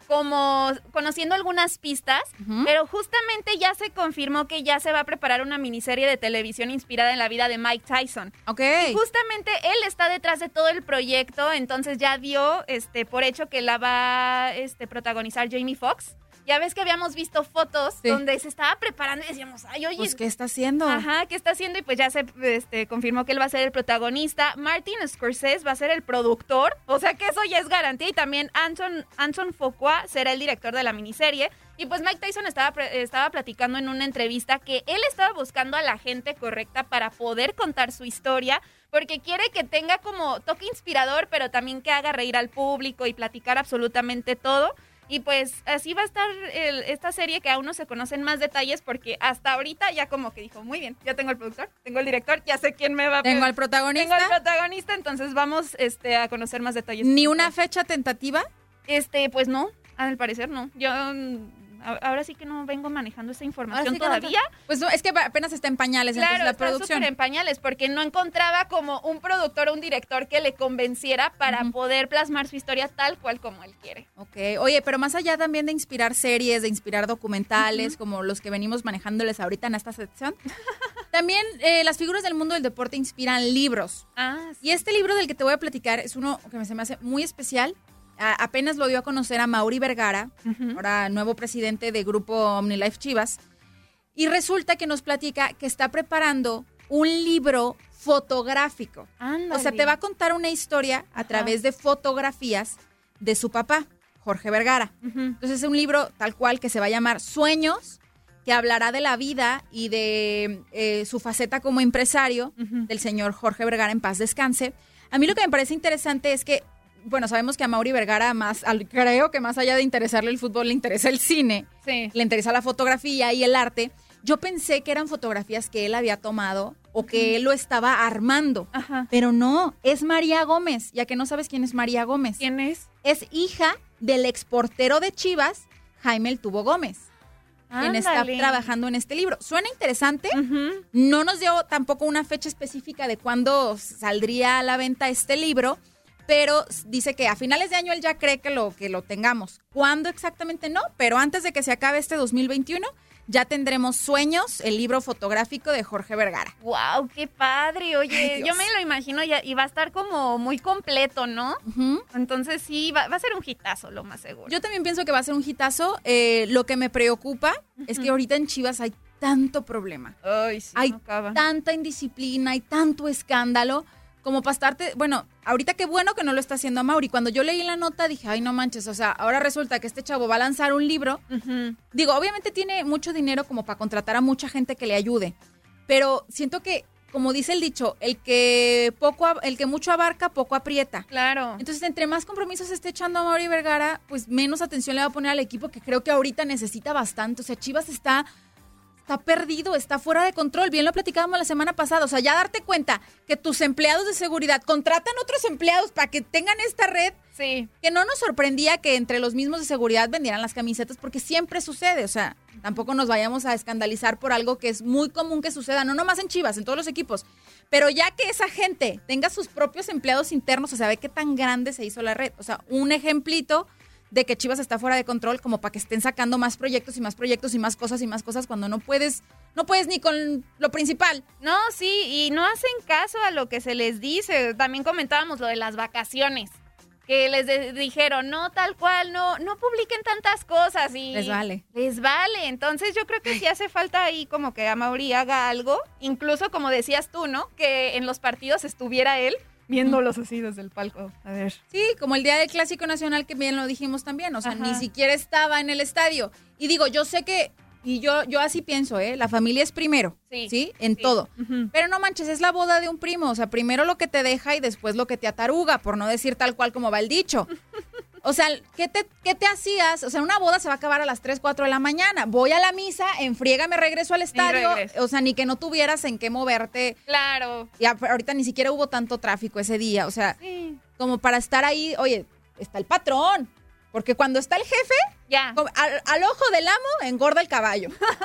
como conociendo algunas pistas, pero justamente ya se confirmó que ya se va a preparar una miniserie de televisión inspirada en la vida de Mike Tyson. Ok. Y justamente él está detrás de todo el proyecto, entonces ya dio por hecho que la va a protagonizar Jamie Foxx. Ya ves que habíamos visto fotos donde se estaba preparando y decíamos, ay, oye. Pues, ¿qué está haciendo? Ajá, ¿qué está haciendo? Y pues ya se confirmó que él va a ser el protagonista. Martin Scorsese va a ser el productor, o sea que eso ya es garantía. Y también Anton Fuqua será el director de la miniserie. Y pues Mike Tyson estaba platicando en una entrevista que él estaba buscando a la gente correcta para poder contar su historia, porque quiere que tenga como toque inspirador, pero también que haga reír al público y platicar absolutamente todo. Y pues así va a estar esta serie, que aún no se conocen más detalles, porque hasta ahorita ya como que dijo, muy bien, ya tengo el productor, tengo el director, ya sé quién me va a... Tengo al protagonista. Tengo al protagonista, entonces vamos a conocer más detalles. ¿Ni una fecha tentativa? Pues no, al parecer no. Yo ahora sí que no vengo manejando esa información todavía. Pues no, es que apenas está en pañales, claro, entonces la está producción. súper en pañales, porque no encontraba como un productor o un director que le convenciera para poder plasmar su historia tal cual como él quiere. Ok, oye, pero más allá también de inspirar series, de inspirar documentales, como los que venimos manejándoles ahorita en esta sección, también las figuras del mundo del deporte inspiran libros. Sí. Y este libro del que te voy a platicar es uno que se me hace muy especial. Apenas lo dio a conocer a Mauri Vergara, ahora nuevo presidente de Grupo OmniLife Chivas, y resulta que nos platica que está preparando un libro fotográfico. Ándale. O sea, te va a contar una historia a través de fotografías de su papá, Jorge Vergara. Entonces es un libro tal cual que se va a llamar Sueños, que hablará de la vida y de su faceta como empresario del señor Jorge Vergara, en paz descanse. A mí lo que me parece interesante es que, bueno, sabemos que a Mauri Vergara creo que más allá de interesarle el fútbol, le interesa el cine, le interesa la fotografía y el arte. Yo pensé que eran fotografías que él había tomado o que él lo estaba armando, pero no, es María Gómez. Ya que no sabes quién es María Gómez. ¿Quién es? Es hija del exportero de Chivas, Jaime El Tubo Gómez, quien está trabajando en este libro. Suena interesante, no nos dio tampoco una fecha específica de cuándo saldría a la venta este libro, pero dice que a finales de año él ya cree que lo tengamos. ¿Cuándo exactamente? No, pero antes de que se acabe este 2021, ya tendremos Sueños, el libro fotográfico de Jorge Vergara. ¡Wow! ¡Qué padre! Oye, yo me lo imagino y va a estar como muy completo, ¿no? Entonces sí, va a ser un hitazo, lo más seguro. Yo también pienso que va a ser un hitazo. Lo que me preocupa es que ahorita en Chivas hay tanto problema. Ay, sí, hay no acaba. tanta indisciplina, hay tanto escándalo, como para estarte... Bueno, ahorita qué bueno que no lo está haciendo a Mauri. Cuando yo leí la nota dije, ay, no manches, o sea, ahora resulta que este chavo va a lanzar un libro. Digo, obviamente tiene mucho dinero como para contratar a mucha gente que le ayude, pero siento que, como dice el dicho, el que mucho abarca, poco aprieta. Claro. Entonces, entre más compromisos esté echando a Mauri Vergara, pues menos atención le va a poner al equipo, que creo que ahorita necesita bastante. O sea, Chivas está perdido, está fuera de control. Bien lo platicábamos la semana pasada. O sea, ya darte cuenta que tus empleados de seguridad contratan otros empleados para que tengan esta red. Sí. Que no nos sorprendía que entre los mismos de seguridad vendieran las camisetas, porque siempre sucede. O sea, tampoco nos vayamos a escandalizar por algo que es muy común que suceda, no nomás en Chivas, en todos los equipos. Pero ya que esa gente tenga sus propios empleados internos, o sea, ve qué tan grande se hizo la red. O sea, un ejemplito de que Chivas está fuera de control, como para que estén sacando más proyectos y más proyectos y más cosas cuando no puedes ni con lo principal. No, sí, y no hacen caso a lo que se les dice. También comentábamos lo de las vacaciones, que les dijeron, no, tal cual, no publiquen tantas cosas y... Les vale. Entonces yo creo que sí hace falta ahí como que Amaury haga algo, incluso como decías tú, ¿no? Que en los partidos estuviera él viéndolos así desde el palco. A ver. Sí, como el día del Clásico Nacional, que bien lo dijimos también. O sea, ni siquiera estaba en el estadio. Y digo, yo sé que, y yo así pienso, la familia es primero, ¿sí? En todo. Pero no manches, es la boda de un primo. O sea, primero lo que te deja y después lo que te ataruga, por no decir tal cual como va el dicho. O sea, ¿qué te hacías? O sea, una boda se va a acabar a las 3, 4 de la mañana. Voy a la misa, en friega me regreso al estadio. O sea, ni que no tuvieras en qué moverte. Claro. Y ahorita ni siquiera hubo tanto tráfico ese día. O sea, como para estar ahí, oye, está el patrón. Porque cuando está el jefe, al ojo del amo engorda el caballo.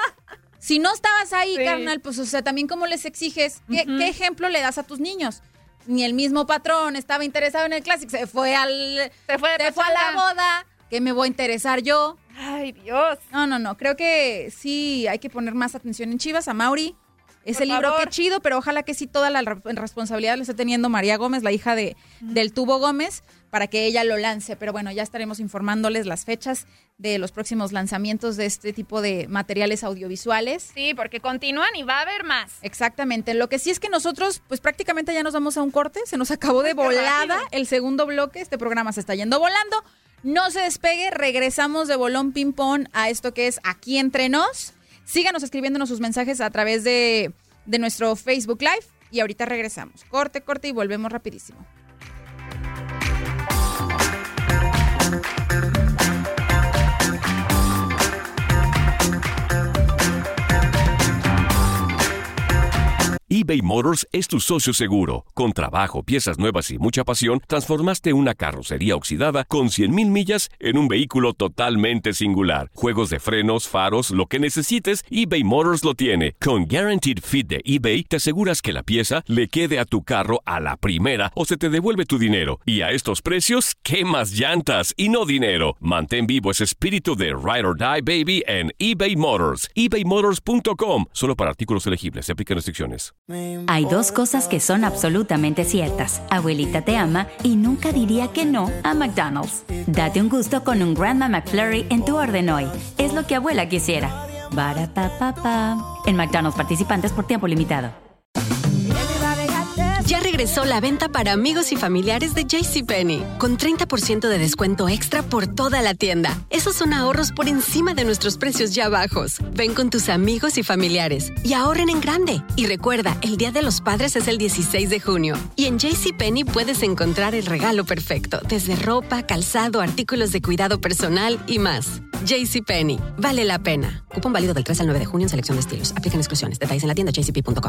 Si no estabas ahí, carnal, pues, o sea, también cómo les exiges, ¿qué ejemplo le das a tus niños? Ni el mismo patrón estaba interesado en el Clásico, se fue a la boda, ¿Qué me voy a interesar yo? Ay, Dios. No. Creo que sí hay que poner más atención en Chivas. A Mauri. Ese libro, qué chido, pero ojalá que sí toda la responsabilidad la esté teniendo María Gómez, la hija del Tubo Gómez, para que ella lo lance. Pero bueno, ya estaremos informándoles las fechas de los próximos lanzamientos de este tipo de materiales audiovisuales. Sí, porque continúan y va a haber más. Exactamente. Lo que sí es que nosotros, pues prácticamente ya nos vamos a un corte. Se nos acabó de volada el segundo bloque. Este programa se está yendo volando. No se despegue. Regresamos de bolón ping-pong a esto que es Aquí Entre Nos. Síganos escribiéndonos sus mensajes a través de nuestro Facebook Live y ahorita regresamos. Corte y volvemos rapidísimo. eBay Motors es tu socio seguro. Con trabajo, piezas nuevas y mucha pasión, transformaste una carrocería oxidada con 100,000 millas en un vehículo totalmente singular. Juegos de frenos, faros, lo que necesites, eBay Motors lo tiene. Con Guaranteed Fit de eBay, te aseguras que la pieza le quede a tu carro a la primera o se te devuelve tu dinero. Y a estos precios, ¿qué más llantas y no dinero? Mantén vivo ese espíritu de Ride or Die, baby, en eBay Motors. ebaymotors.com. Solo para artículos elegibles. Se aplican restricciones. Hay dos cosas que son absolutamente ciertas. Abuelita te ama y nunca diría que no a McDonald's. Date un gusto con un Grandma McFlurry en tu orden hoy. Es lo que abuela quisiera. Barapapapa. En McDonald's participantes por tiempo limitado. Ya regresó la venta para amigos y familiares de JCPenney, con 30% de descuento extra por toda la tienda. Esos son ahorros por encima de nuestros precios ya bajos. Ven con tus amigos y familiares y ahorren en grande. Y recuerda, el Día de los Padres es el 16 de junio. Y en JCPenney puedes encontrar el regalo perfecto, desde ropa, calzado, artículos de cuidado personal y más. JCPenney, vale la pena. Cupón válido del 3 al 9 de junio en selección de estilos. Aplican exclusiones. Detalles en la tienda jcp.com.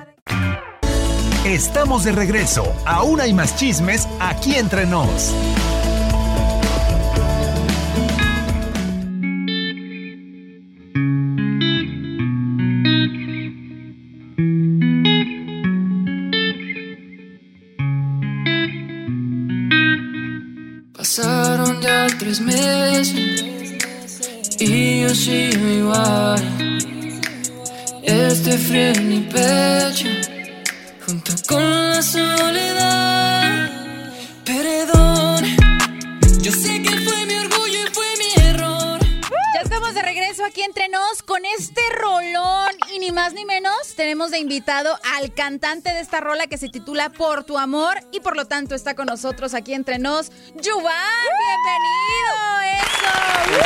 Estamos de regreso. Aún hay más chismes aquí entre nos. Pasaron ya 3 meses y yo sigo igual. Este frío en mi pecho junto con la soledad. Perdón, yo sé que fue mi orgullo y fue mi error. Ya estamos de regreso aquí entre nos con este rolón y ni más ni menos tenemos de invitado al cantante de esta rola que se titula Por tu amor y por lo tanto está con nosotros aquí entre nos, Yuvan. ¡Bienvenido! ¡Eso!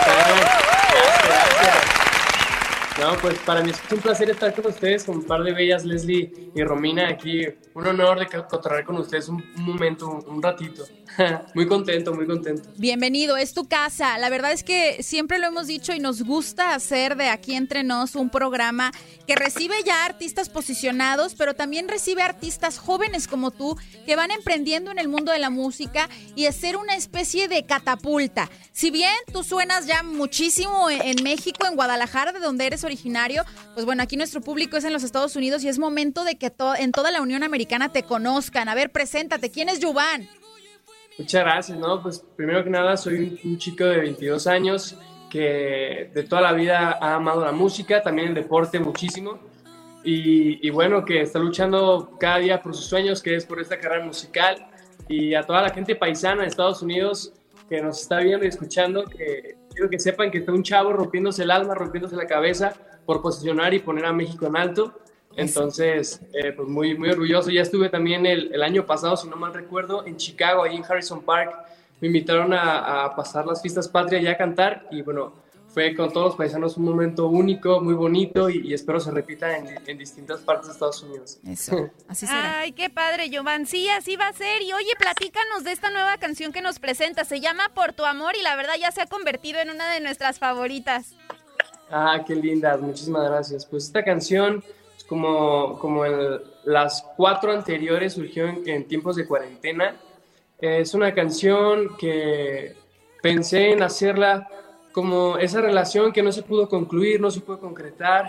Gracias. No, pues para mí es un placer estar con ustedes, con un par de bellas, Leslie y Romina, aquí. Un honor de cotorrear con ustedes un momento, un ratito. Muy contento, muy contento. Bienvenido, es tu casa. La verdad es que siempre lo hemos dicho y nos gusta hacer de Aquí Entre Nos un programa que recibe ya artistas posicionados, pero también recibe artistas jóvenes como tú que van emprendiendo en el mundo de la música y hacer una especie de catapulta. Si bien tú suenas ya muchísimo en México, en Guadalajara, de donde eres originario, pues bueno, aquí nuestro público es en los Estados Unidos y es momento de que en toda la Unión Americana te conozcan. A ver, preséntate. ¿Quién es Yuvan? Muchas gracias, ¿no? Pues primero que nada soy un chico de 22 años que de toda la vida ha amado la música, también el deporte muchísimo y bueno, que está luchando cada día por sus sueños, que es por esta carrera musical, y a toda la gente paisana de Estados Unidos que nos está viendo y escuchando, que quiero que sepan que está un chavo rompiéndose el alma, rompiéndose la cabeza por posicionar y poner a México en alto. Entonces, pues muy, muy orgulloso. Ya estuve también el año pasado, si no mal recuerdo, en Chicago, ahí en Harrison Park. Me invitaron a pasar las fiestas patrias y a cantar. Y bueno, fue con todos los paisanos un momento único, muy bonito y espero se repita en distintas partes de Estados Unidos. Eso, así será. Ay, qué padre, Yuvan. Sí, así va a ser. Y oye, platícanos de esta nueva canción que nos presenta. Se llama Por tu amor y la verdad ya se ha convertido en una de nuestras favoritas. Ah, qué lindas. Muchísimas gracias. Pues esta canción, como las 4 anteriores, surgió en tiempos de cuarentena. Es una canción que pensé en hacerla como esa relación que no se pudo concluir, no se pudo concretar,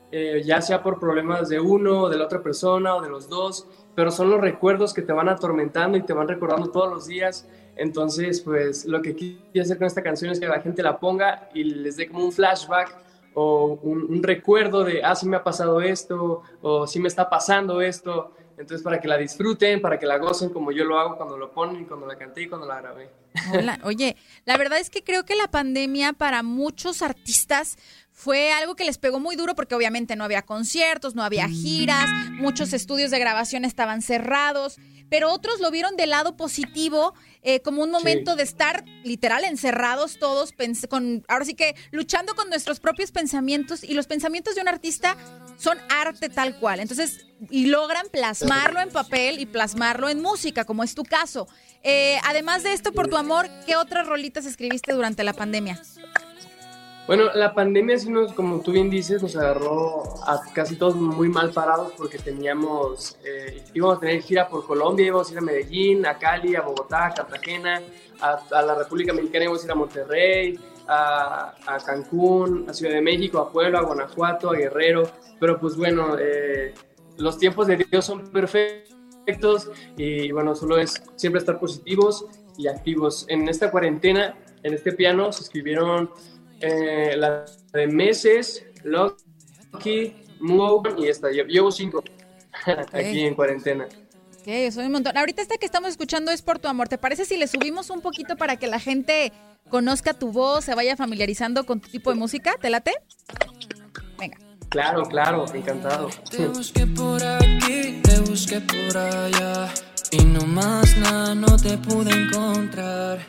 ya sea por problemas de uno, o de la otra persona, o de los dos, pero son los recuerdos que te van atormentando y te van recordando todos los días. Entonces, pues lo que quiero hacer con esta canción es que la gente la ponga y les dé como un flashback o un recuerdo de, sí me ha pasado esto, o sí me está pasando esto. Entonces, para que la disfruten, para que la gocen como yo lo hago cuando lo ponen, cuando la canté y cuando la grabé. Hola. Oye, la verdad es que creo que la pandemia para muchos artistas fue algo que les pegó muy duro porque obviamente no había conciertos, no había giras, muchos estudios de grabación estaban cerrados, pero otros lo vieron del lado positivo, como un momento de estar literal encerrados todos, ahora sí que luchando con nuestros propios pensamientos, y los pensamientos de un artista son arte tal cual, entonces, y logran plasmarlo en papel y plasmarlo en música, como es tu caso. Además de esto, Por tu amor, ¿qué otras rolitas escribiste durante la pandemia? Bueno, la pandemia, sí como tú bien dices, nos agarró a casi todos muy mal parados porque íbamos a tener gira por Colombia, íbamos a ir a Medellín, a Cali, a Bogotá, a Cartagena, a la República Mexicana, íbamos a ir a Monterrey, a Cancún, a Ciudad de México, a Puebla, a Guanajuato, a Guerrero, pero pues bueno, los tiempos de Dios son perfectos y bueno, solo es siempre estar positivos y activos. En esta cuarentena, en este piano, se escribieron la de Meses, Lucky, Move y esta. Llevo 5 aquí en cuarentena. Ok, eso es un montón. Ahorita esta que estamos escuchando es Por tu amor. ¿Te parece si le subimos un poquito para que la gente conozca tu voz, se vaya familiarizando con tu tipo de música? ¿Te late? Venga. Claro, encantado. Te busqué por aquí, te busqué por allá y no más nada, no te pude encontrar.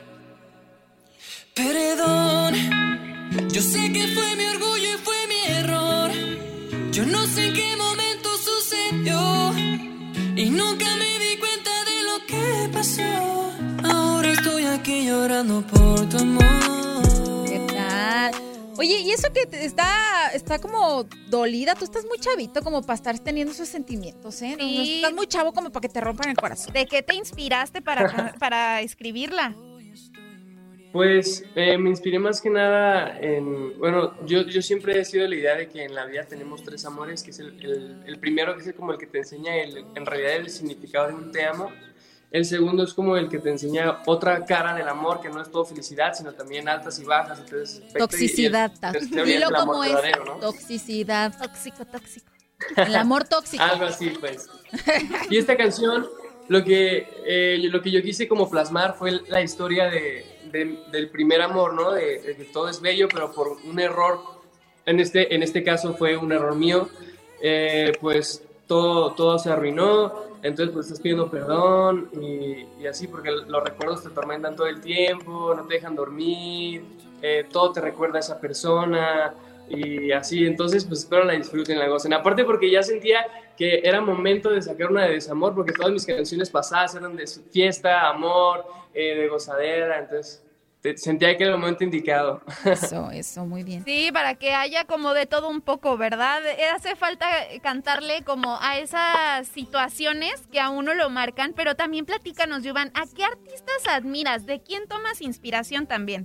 Perdón, yo sé que fue mi orgullo y fue mi error. Yo no sé en qué momento sucedió y nunca me di cuenta de lo que pasó. Ahora estoy aquí llorando por tu amor. ¿Qué tal? Oye, y eso que está como dolida, tú estás muy chavito como para estar teniendo esos sentimientos, ¿eh? Sí. No, estás muy chavo como para que te rompan el corazón. ¿De qué te inspiraste para escribirla? Pues me inspiré más que nada bueno, yo siempre he sido de la idea de que en la vida tenemos 3 amores, que es el primero, que es como el que te enseña en realidad el significado de un te amo. El segundo es como el que te enseña otra cara del amor, que no es todo felicidad, sino también altas y bajas. Entonces, toxicidad. Dilo como es, ¿no? Toxicidad. Tóxico. El amor tóxico. Algo así, pues. Y esta canción, lo que yo quise como plasmar fue la historia del primer amor, ¿no? De que todo es bello, pero por un error, en este caso fue un error mío, pues todo se arruinó. Entonces pues estás pidiendo perdón y así, porque los recuerdos te atormentan todo el tiempo, no te dejan dormir, todo te recuerda a esa persona y así. Entonces pues espero la disfruten, la gocen. Aparte porque ya sentía que era momento de sacar una de desamor, porque todas mis canciones pasadas eran de fiesta, amor, de gozadera, entonces sentía que era el momento indicado. Eso, muy bien. Sí, para que haya como de todo un poco, ¿verdad? Hace falta cantarle como a esas situaciones que a uno lo marcan, pero también platícanos, Yuvan, ¿a qué artistas admiras? ¿De quién tomas inspiración también?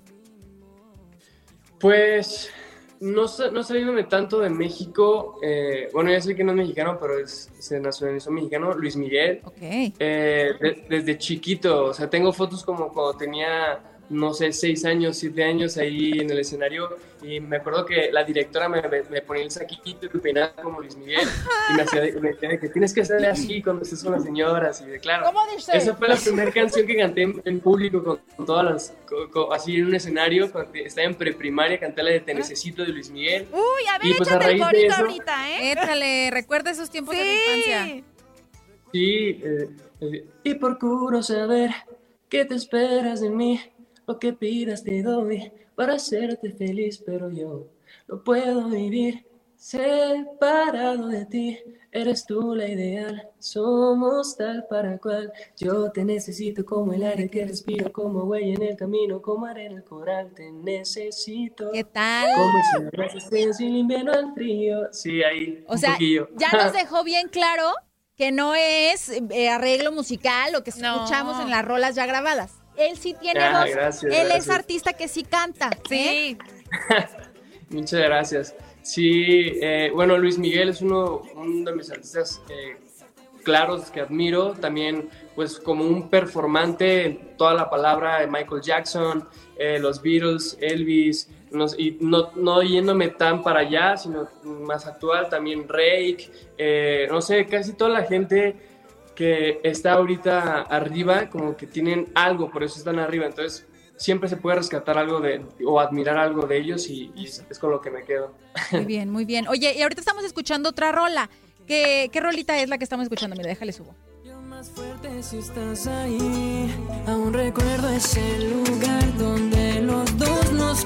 Pues no saliéndome tanto de México, bueno, ya sé que no es mexicano, pero se nacionalizó mexicano, Luis Miguel. Okay. Desde chiquito, o sea, tengo fotos como cuando tenía, no sé, 6 años, 7 años ahí en el escenario, y me acuerdo que la directora me ponía el saquito y peinaba como Luis Miguel, y me decía de que tienes que hacerle así cuando estés con las señoras, y de claro, esa fue la primera canción que canté en público con todas las, así en un escenario, cuando estaba en preprimaria, canté la de Te Necesito de Luis Miguel. Uy, a ver, y pues échate el corito ahorita, ¿eh? Échale, recuerda esos tiempos de la infancia. Sí, y procuro saber qué te esperas de mí. Lo que pidas te doy para hacerte feliz, pero yo no puedo vivir separado de ti. Eres tú la ideal, somos tal para cual. Yo te necesito como el aire que respiro, como huella en el camino, como arena en el coral. Te necesito. ¿Qué tal? Como si me abrazas sin invierno al frío. Sí, ahí. O sea, poquillo. Ya nos dejó bien claro que no es arreglo musical lo que escuchamos en las rolas ya grabadas. Él sí tiene voz. Gracias, Él es artista que sí canta. Sí. Muchas gracias. Sí, bueno, Luis Miguel es uno de mis artistas claros que admiro, también pues como un performante en toda la palabra de Michael Jackson, los Beatles, Elvis, y no yéndome tan para allá, sino más actual, también Rake, no sé, casi toda la gente que está ahorita arriba, como que tienen algo, por eso están arriba, entonces siempre se puede rescatar algo o admirar algo de ellos y es con lo que me quedo. Muy bien, muy bien. Oye, y ahorita estamos escuchando otra rola. ¿Qué rolita es la que estamos escuchando? Mira, déjale subo. Más fuerte si estás ahí, aún recuerdo ese lugar donde los dos nos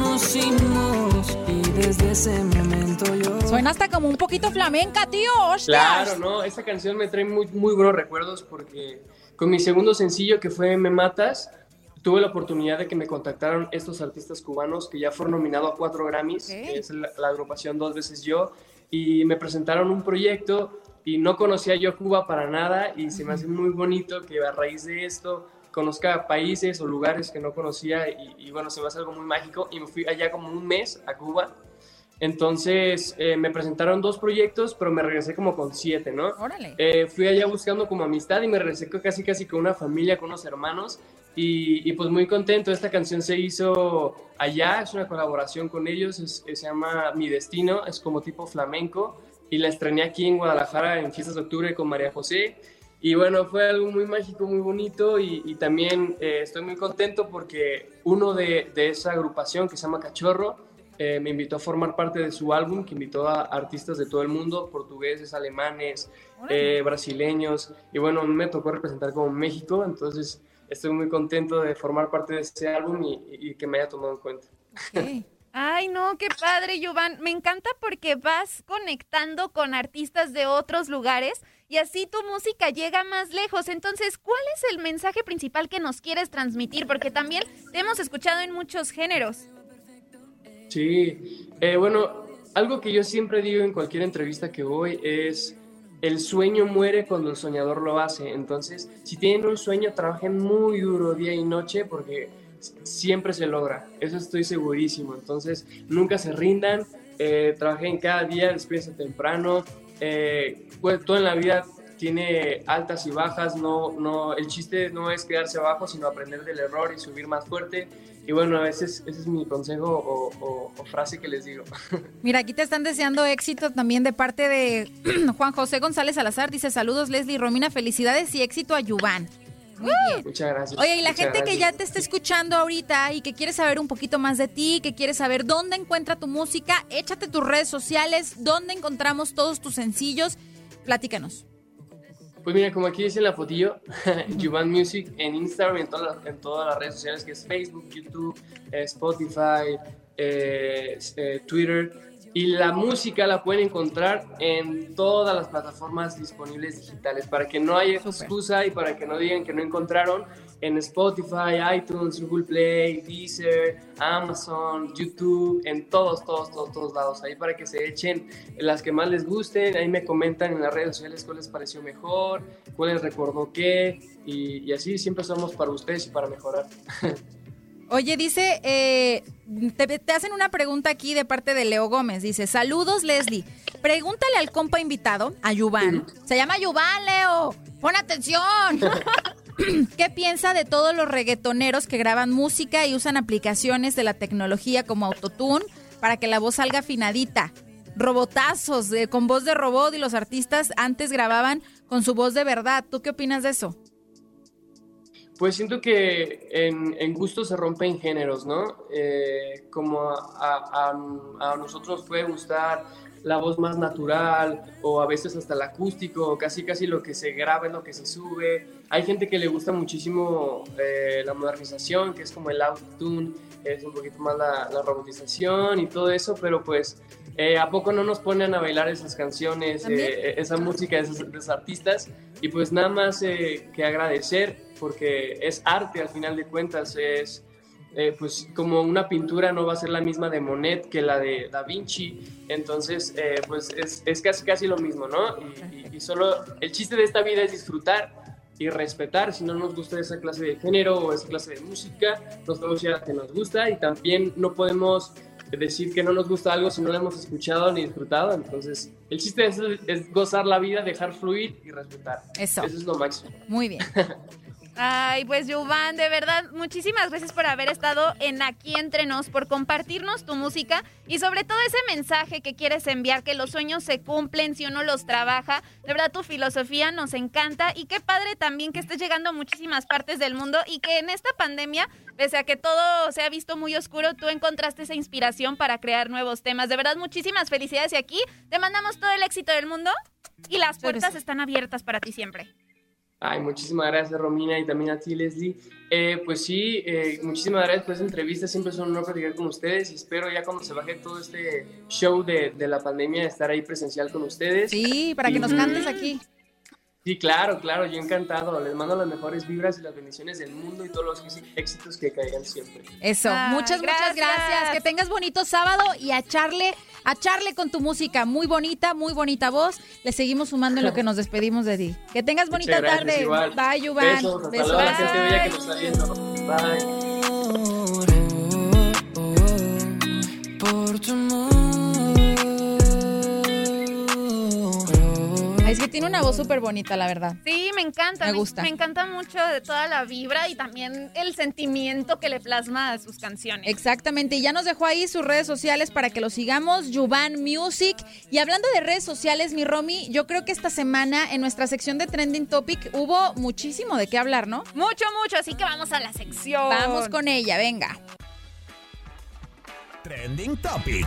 conocimos y desde ese momento yo... Suena hasta como un poquito flamenca, tío. ¡Hostias! Claro, ¿no? Esta canción me trae muy, muy buenos recuerdos porque con mi segundo sencillo que fue Me Matas, tuve la oportunidad de que me contactaron estos artistas cubanos que ya fueron nominados a 4 Grammys, que es la agrupación Dos Veces Yo, y me presentaron un proyecto y no conocía yo Cuba para nada y se me hace muy bonito que a raíz de esto conozca países o lugares que no conocía y bueno, se me hace algo muy mágico y me fui allá como un mes a Cuba. Entonces me presentaron 2 proyectos, pero me regresé como con 7, ¿no? Órale. Fui allá buscando como amistad y me regresé casi con una familia, con unos hermanos y pues muy contento. Esta canción se hizo allá, es una colaboración con ellos, se llama Mi Destino, es como tipo flamenco y la estrené aquí en Guadalajara en Fiestas de Octubre con María José. Y bueno, fue algo muy mágico, muy bonito y también estoy muy contento porque uno de esa agrupación que se llama Cachorro me invitó a formar parte de su álbum, que invitó a artistas de todo el mundo, portugueses, alemanes, brasileños, y bueno, me tocó representar como México, entonces estoy muy contento de formar parte de ese álbum y que me haya tomado en cuenta. Okay. Ay, no, qué padre, Yuvan. Me encanta porque vas conectando con artistas de otros lugares y así tu música llega más lejos. Entonces, ¿cuál es el mensaje principal que nos quieres transmitir? Porque también te hemos escuchado en muchos géneros. Sí, bueno, algo que yo siempre digo en cualquier entrevista que voy es: el sueño muere cuando el soñador lo hace. Entonces, si tienen un sueño, trabajen muy duro día y noche porque siempre se logra, eso estoy segurísimo. Entonces, nunca se rindan, trabajen cada día, despídense temprano, pues todo en la vida tiene altas y bajas, el chiste no es quedarse abajo, sino aprender del error y subir más fuerte. Y bueno, a veces ese es mi consejo o frase que les digo. Mira, aquí te están deseando éxito también de parte de Juan José González Salazar. Dice: saludos, Leslie y Romina, felicidades y éxito a Yuvan. Muy bien. Muchas gracias. Oye, y la gente que ya te está escuchando ahorita y que quiere saber un poquito más de ti, que quiere saber dónde encuentra tu música, échate tus redes sociales, dónde encontramos todos tus sencillos. Platícanos. Pues mira, como aquí dice en la fotillo, Yuvan Music en Instagram y en todas las redes sociales, que es Facebook, YouTube, Spotify, Twitter. Y la música la pueden encontrar en todas las plataformas disponibles digitales, para que no haya excusa y para que no digan que no encontraron. En Spotify, iTunes, Google Play, Deezer, Amazon, YouTube, en todos lados. Ahí para que se echen las que más les gusten. Ahí me comentan en las redes sociales cuál les pareció mejor, cuál les recordó qué. Y así siempre somos para ustedes y para mejorar. Oye, dice, te hacen una pregunta aquí de parte de Leo Gómez. Dice: saludos, Leslie. Pregúntale al compa invitado, a Yuvan. Se llama Yuvan, Leo. Pon atención. ¿Qué piensa de todos los reggaetoneros que graban música y usan aplicaciones de la tecnología como Autotune para que la voz salga afinadita? Robotazos con voz de robot, y los artistas antes grababan con su voz de verdad. ¿Tú qué opinas de eso? Pues siento que en gusto se rompen géneros, ¿no? Como a nosotros nos puede gustar la voz más natural, o a veces hasta el acústico, casi lo que se graba es lo que se sube. Hay gente que le gusta muchísimo la modernización, que es como el autotune, es un poquito más la robotización y todo eso, pero pues ¿a poco no nos ponen a bailar esas canciones, esa música de esos artistas? Y pues nada más que agradecer, porque es arte al final de cuentas, es pues como una pintura no va a ser la misma de Monet que la de Da Vinci, entonces pues es casi lo mismo, ¿no? Y solo el chiste de esta vida es disfrutar y respetar. Si no nos gusta esa clase de género o esa clase de música, nos podemos ir a la que nos gusta, y también no podemos decir que no nos gusta algo si no lo hemos escuchado ni disfrutado. Entonces, el chiste es gozar la vida, dejar fluir y respetar. Eso es lo máximo. Muy bien. Ay, pues Yuvan, de verdad, muchísimas gracias por haber estado en Aquí Entre Nos, por compartirnos tu música y sobre todo ese mensaje que quieres enviar, que los sueños se cumplen si uno los trabaja. De verdad, tu filosofía nos encanta y qué padre también que estés llegando a muchísimas partes del mundo y que en esta pandemia, pese a que todo se ha visto muy oscuro, tú encontraste esa inspiración para crear nuevos temas. De verdad, muchísimas felicidades y aquí te mandamos todo el éxito del mundo y las puertas están abiertas para ti siempre. Ay, muchísimas gracias, Romina, y también a ti, Leslie. Pues sí, muchísimas gracias por esta entrevista. Siempre es un honor platicar con ustedes y espero ya cuando se baje todo este show de la pandemia estar ahí presencial con ustedes. Sí, para que nos cantes aquí. Sí, claro, yo encantado. Les mando las mejores vibras y las bendiciones del mundo y todos los éxitos que caigan siempre. Eso, muchas gracias. Que tengas bonito sábado y a echarle con tu música. Muy bonita voz. Le seguimos sumando en lo que nos despedimos de ti. Que tengas bonita tarde. Igual. Bye, Yuvan. Besos, hasta luego a la gente bella que nos está viendo. Bye. Por tu amor. Es que tiene una voz súper bonita, la verdad. Sí, me encanta. Me gusta. Me encanta mucho de toda la vibra y también el sentimiento que le plasma a sus canciones. Exactamente, y ya nos dejó ahí sus redes sociales para que lo sigamos, Yuvan Music. Y hablando de redes sociales, mi Romy, yo creo que esta semana en nuestra sección de Trending Topic hubo muchísimo de qué hablar, ¿no? Mucho, así que vamos a la sección. Vamos con ella, venga. Trending Topic.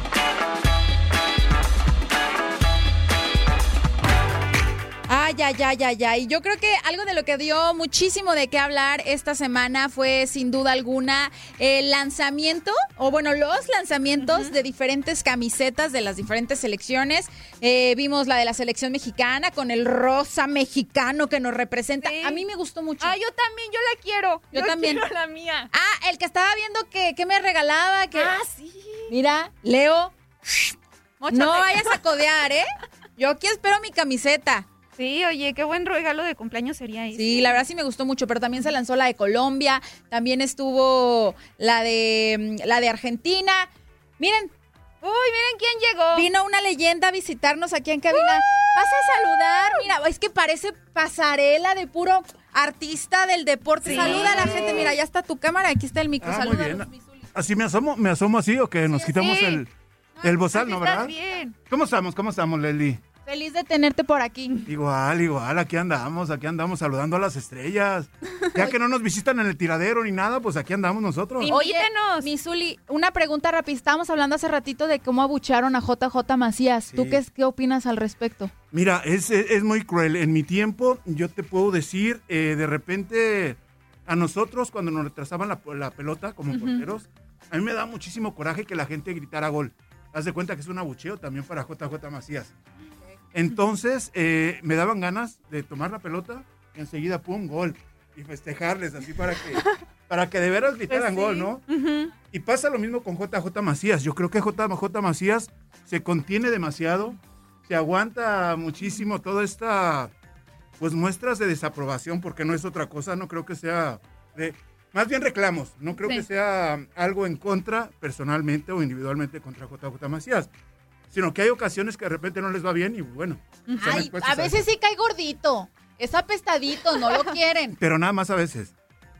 Y yo creo que algo de lo que dio muchísimo de qué hablar esta semana fue sin duda alguna el lanzamiento, los lanzamientos de diferentes camisetas de las diferentes selecciones. Vimos la de la selección mexicana con el rosa mexicano que nos representa. Sí. A mí me gustó mucho. Yo también, yo la quiero. Yo también. Quiero la mía. El que estaba viendo que me regalaba. Sí. Mira, Leo, Móchate. No vayas a codear, ¿eh? Yo aquí espero mi camiseta. Sí, oye, qué buen regalo de cumpleaños sería eso. Sí, la verdad sí me gustó mucho, pero también se lanzó la de Colombia, también estuvo la de Argentina. Miren. Uy, miren quién llegó. Vino una leyenda a visitarnos aquí en cabina. Vas a saludar, mira, es que parece pasarela de puro artista del deporte. Sí. Saluda a la gente, mira, ya está tu cámara, aquí está el micro. Saluda. Muy bien. ¿Así me asomo así o que nos quitamos el bozal, no, verdad? Bien. ¿Cómo estamos, Leslie? Feliz de tenerte por aquí. Igual, aquí andamos saludando a las estrellas. Ya que no nos visitan en el tiradero ni nada, pues aquí andamos nosotros. Oye, mi Zuli, una pregunta rápida. Estábamos hablando hace ratito de cómo abuchearon a JJ Macías. Sí. ¿Tú qué opinas al respecto? Mira, es muy cruel. En mi tiempo, yo te puedo decir, de repente, a nosotros, cuando nos retrasaban la pelota como porteros, a mí me da muchísimo coraje que la gente gritara gol. Haz de cuenta que es un abucheo también para JJ Macías. Entonces, me daban ganas de tomar la pelota y enseguida, ¡pum!, gol. Y festejarles así para que de veras gritaran gol, ¿no? Uh-huh. Y pasa lo mismo con JJ Macías. Yo creo que JJ Macías se contiene demasiado, se aguanta muchísimo toda esta, pues, muestras de desaprobación, porque no es otra cosa, no creo que sea, más bien reclamos, no creo que sea algo en contra, personalmente o individualmente, contra JJ Macías. Sino que hay ocasiones que de repente no les va bien y bueno. Ay, a veces sí cae gordito, es apestadito, no lo quieren. Pero nada más a veces.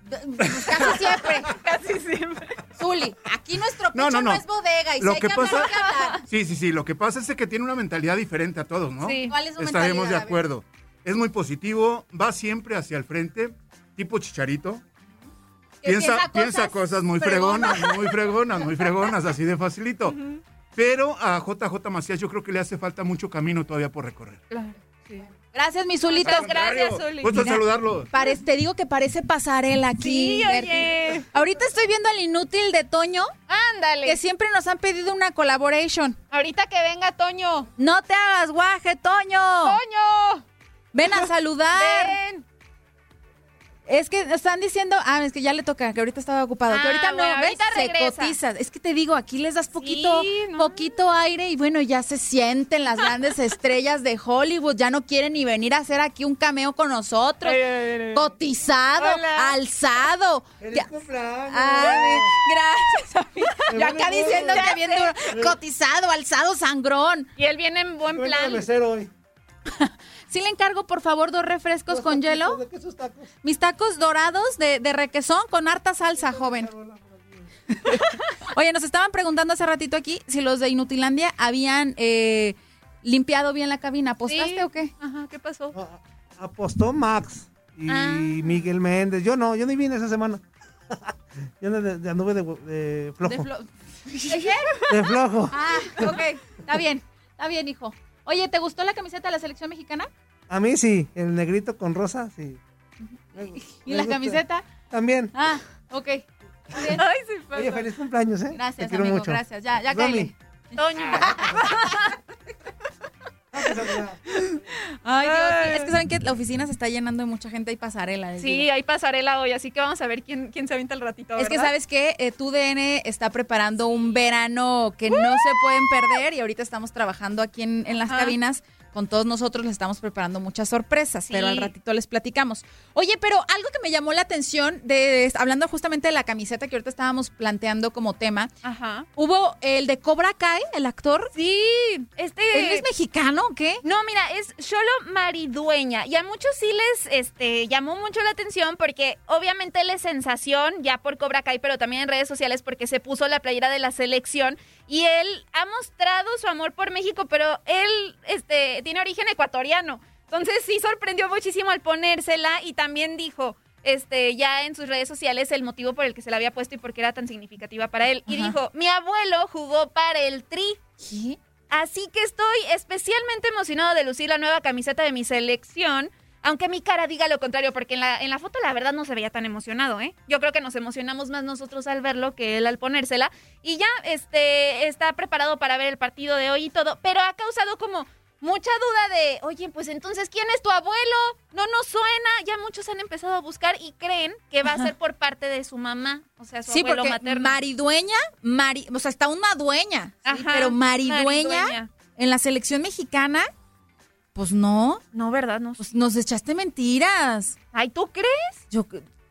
Casi siempre. Zuli, aquí nuestro pecho no es bodega y lo que pasa, sí, lo que pasa es que tiene una mentalidad diferente a todos, ¿no? Sí. ¿Cuál es su Estaremos mentalidad? De acuerdo. Es muy positivo, va siempre hacia el frente, tipo Chicharito. Piensa cosas muy fregonas, así de facilito. Uh-huh. Pero a JJ Macías yo creo que le hace falta mucho camino todavía por recorrer. Claro, sí. Gracias, mi Zulito. Gracias, Zuli. Gusto saludarlo. Te digo que parece pasarela aquí. Sí, oye. Ahorita estoy viendo al inútil de Toño. Ándale. Que siempre nos han pedido una collaboration. Ahorita que venga Toño. No te hagas guaje, Toño. Toño. Ven a saludar. Ven. Es que están diciendo, es que ya le toca, que ahorita estaba ocupado, que ahorita no, bueno, ¿ves? ahorita Se regresa. cotiza. Es que te digo, aquí les das poquito aire y bueno, ya se sienten las grandes estrellas de Hollywood, ya no quieren ni venir a hacer aquí un cameo con nosotros. Cotizado, alzado. ¡Feliz cumpleaños! Ay, gracias, amiga. Yo Me acá pone diciendo gordo. que bien duro. Cotizado, alzado, sangrón. Y él viene en buen Vengo de plan. mesero hoy. Sí le encargo, por favor, 2 refrescos con hielo. ¿De qué esos tacos? Mis tacos dorados de requesón con harta salsa, joven. Oye, nos estaban preguntando hace ratito aquí si los de Inutilandia habían limpiado bien la cabina. ¿Apostaste o qué? Ajá, ¿qué pasó? Apostó Max y Miguel Méndez. Yo no, yo ni vine esa semana. Yo anduve de flojo. De flojo. Ah, ok. Está bien, hijo. Oye, ¿te gustó la camiseta de la selección mexicana? A mí sí, el negrito con rosa, sí. ¿Y la camiseta? También. Ah, ok. Está bien. Ay, sí, pasa. Oye, feliz cumpleaños, ¿eh? Gracias, Te quiero amigo, mucho. gracias. Ya Romy. cáele. Toño. Ay, Dios, sí, es que saben que la oficina se está llenando de mucha gente, hay pasarela. les Sí, digo. hay pasarela hoy, así que vamos a ver quién se avienta el ratito, Es que ¿verdad? sabes que TUDN está preparando un verano que no se pueden perder y ahorita estamos trabajando aquí en las cabinas. Con todos nosotros les estamos preparando muchas sorpresas, pero al ratito les platicamos. Oye, pero algo que me llamó la atención, hablando justamente de la camiseta que ahorita estábamos planteando como tema, hubo el de Cobra Kai, el actor. Sí, ¿Él es mexicano o qué? No, mira, es Xolo Maridueña y a muchos sí les llamó mucho la atención porque obviamente él es sensación ya por Cobra Kai, pero también en redes sociales porque se puso la playera de la selección y él ha mostrado su amor por México, pero él tiene origen ecuatoriano. Entonces sí sorprendió muchísimo al ponérsela y también dijo ya en sus redes sociales el motivo por el que se la había puesto y por qué era tan significativa para él. Y dijo, mi abuelo jugó para el Tri. ¿Qué? Así que estoy especialmente emocionado de lucir la nueva camiseta de mi selección, aunque mi cara diga lo contrario, porque en la foto la verdad no se veía tan emocionado, ¿eh? Yo creo que nos emocionamos más nosotros al verlo que él al ponérsela. Y ya está preparado para ver el partido de hoy y todo, pero ha causado como mucha duda de, oye, pues entonces, ¿quién es tu abuelo? No nos suena. Ya muchos han empezado a buscar y creen que va a ser por parte de su mamá, o sea, su abuelo materno. Maridueña, o sea, está una dueña, ¿sí? Ajá, Pero maridueña en la selección mexicana, pues no. No, ¿verdad? No. Pues nos echaste mentiras. Ay, ¿tú crees? Yo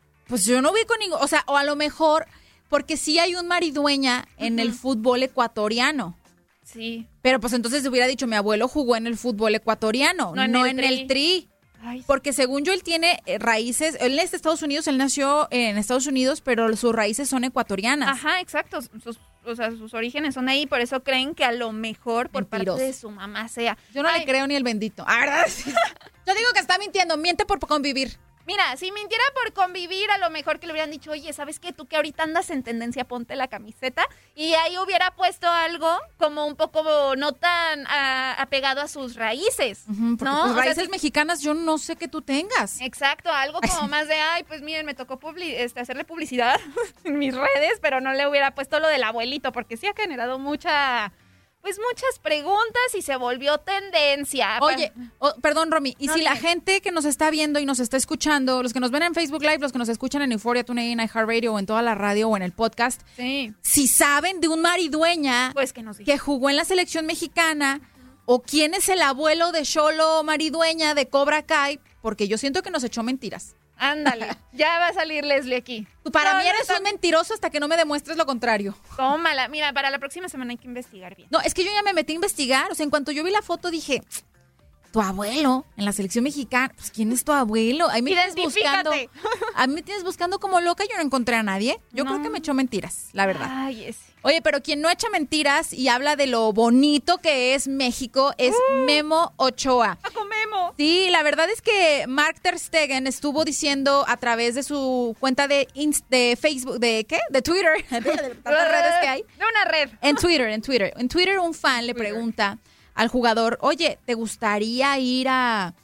no vi con ningún, o sea, o a lo mejor, porque sí hay un maridueña en el fútbol ecuatoriano. Sí. Pero pues entonces hubiera dicho, mi abuelo jugó en el fútbol ecuatoriano, no en el tri. Ay, porque según yo él tiene raíces, él es de Estados Unidos, él nació en Estados Unidos, pero sus raíces son ecuatorianas. Ajá, exacto. Sus orígenes son ahí, por eso creen que a lo mejor por Mentiroso. parte de su mamá sea. Yo no le creo ni el bendito. Ah, ¿verdad? Yo digo que está mintiendo, miente por convivir. Mira, si mintiera por convivir, a lo mejor que le hubieran dicho, oye, ¿sabes qué? Tú que ahorita andas en tendencia, ponte la camiseta. Y ahí hubiera puesto algo como un poco no tan apegado a sus raíces, Porque, ¿no? pues, O sea, raíces sí- mexicanas yo no sé que tú tengas. Exacto, algo como más de, ay, pues miren, me tocó hacerle publicidad en mis redes, pero no le hubiera puesto lo del abuelito, porque sí ha generado muchas preguntas y se volvió tendencia. Oye, perdón, Romy, y No, si la dime. gente que nos está viendo y nos está escuchando, los que nos ven en Facebook Live, los que nos escuchan en Euphoria, TuneIn, iHeartRadio o en toda la radio o en el podcast, si saben de un maridueña pues que nos digan. que jugó en la selección mexicana o quién es el abuelo de Xolo Maridueña de Cobra Kai, porque yo siento que nos echó mentiras. Ándale, ya va a salir Leslie aquí. Para No, mí no eres está- un mentiroso hasta que no me demuestres lo contrario. Tómala, mira, para la próxima semana hay que investigar bien. No, es que yo ya me metí a investigar. O sea, en cuanto yo vi la foto dije, tu abuelo en la selección mexicana. Pues, ¿quién es tu abuelo? Ahí me tienes buscando. Identifícate. A mí me tienes buscando como loca. Yo no encontré a nadie. Yo creo que me echó mentiras, la verdad. Ay, ese. Oye, pero quien no echa mentiras y habla de lo bonito que es México es Memo Ochoa. ¡Paco Memo! Sí, la verdad es que Mark Ter Stegen estuvo diciendo a través de su cuenta de Facebook, ¿de qué? De Twitter, de tantas redes que hay. De una red. En Twitter. En Twitter un fan le pregunta al jugador, oye, ¿te gustaría ir a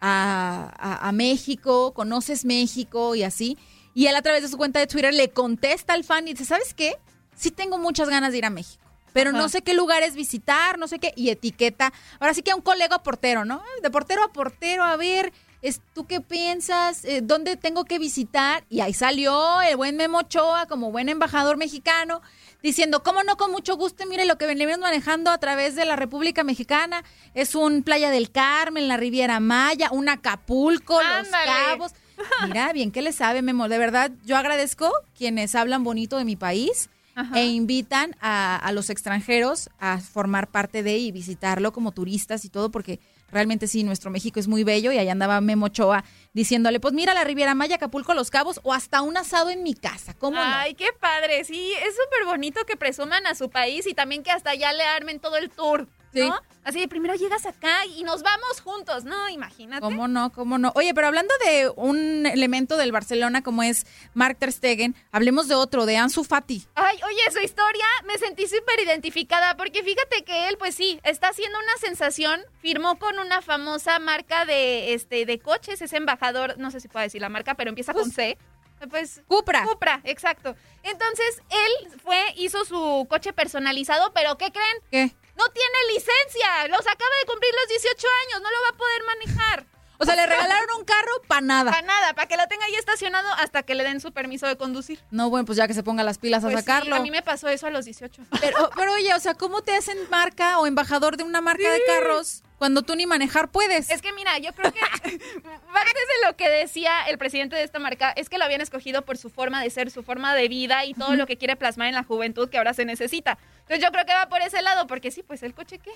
México? ¿Conoces México? Y así. Y él a través de su cuenta de Twitter le contesta al fan y dice, ¿sabes qué? Sí tengo muchas ganas de ir a México, pero no sé qué lugares visitar, no sé qué, y etiqueta. Ahora sí que a un colega portero, ¿no? De portero a portero, a ver, ¿Tú qué piensas? ¿Dónde tengo que visitar? Y ahí salió el buen Memo Ochoa como buen embajador mexicano diciendo, ¿cómo no? Con mucho gusto, mire lo que venimos manejando a través de la República Mexicana. Es un Playa del Carmen, la Riviera Maya, un Acapulco, ¡Ándale! Los Cabos. Mira, bien que le sabe, Memo. De verdad, yo agradezco quienes hablan bonito de mi país. Ajá. E invitan a los extranjeros a formar parte de y visitarlo como turistas y todo, porque realmente sí, nuestro México es muy bello y ahí andaba Memo Ochoa diciéndole, pues mira la Riviera Maya, Acapulco, Los Cabos o hasta un asado en mi casa, ¿cómo no? Ay, qué padre, sí, es súper bonito que presuman a su país y también que hasta allá le armen todo el tour, ¿no? Sí. Así de primero llegas acá y nos vamos juntos, ¿no? Imagínate. ¿Cómo no? ¿Cómo no? Oye, pero hablando de un elemento del Barcelona como es Marc Ter Stegen, hablemos de otro, de Ansu Fati. Ay, oye, su historia me sentí súper identificada porque fíjate que él, pues sí, está haciendo una sensación, firmó con una famosa marca de coches, es embajador, no sé si puedo decir la marca, pero empieza con C. Pues Cupra, exacto. Entonces, él hizo su coche personalizado, pero ¿qué creen? ¿Qué? No tiene licencia, los acaba de cumplir los 18 años, no lo va a poder manejar. O sea, le regalaron un carro para nada. Para nada, para que lo tenga ahí estacionado hasta que le den su permiso de conducir. No, bueno, pues ya que se ponga las pilas a sacarlo. Sí, a mí me pasó eso a los 18. Pero oye, o sea, ¿cómo te hacen marca o embajador de una marca de carros cuando tú ni manejar puedes? Es que mira, yo creo que parte de lo que decía el presidente de esta marca es que lo habían escogido por su forma de ser, su forma de vida y todo lo que quiere plasmar en la juventud que ahora se necesita. Entonces yo creo que va por ese lado, porque sí, pues el coche, ¿qué?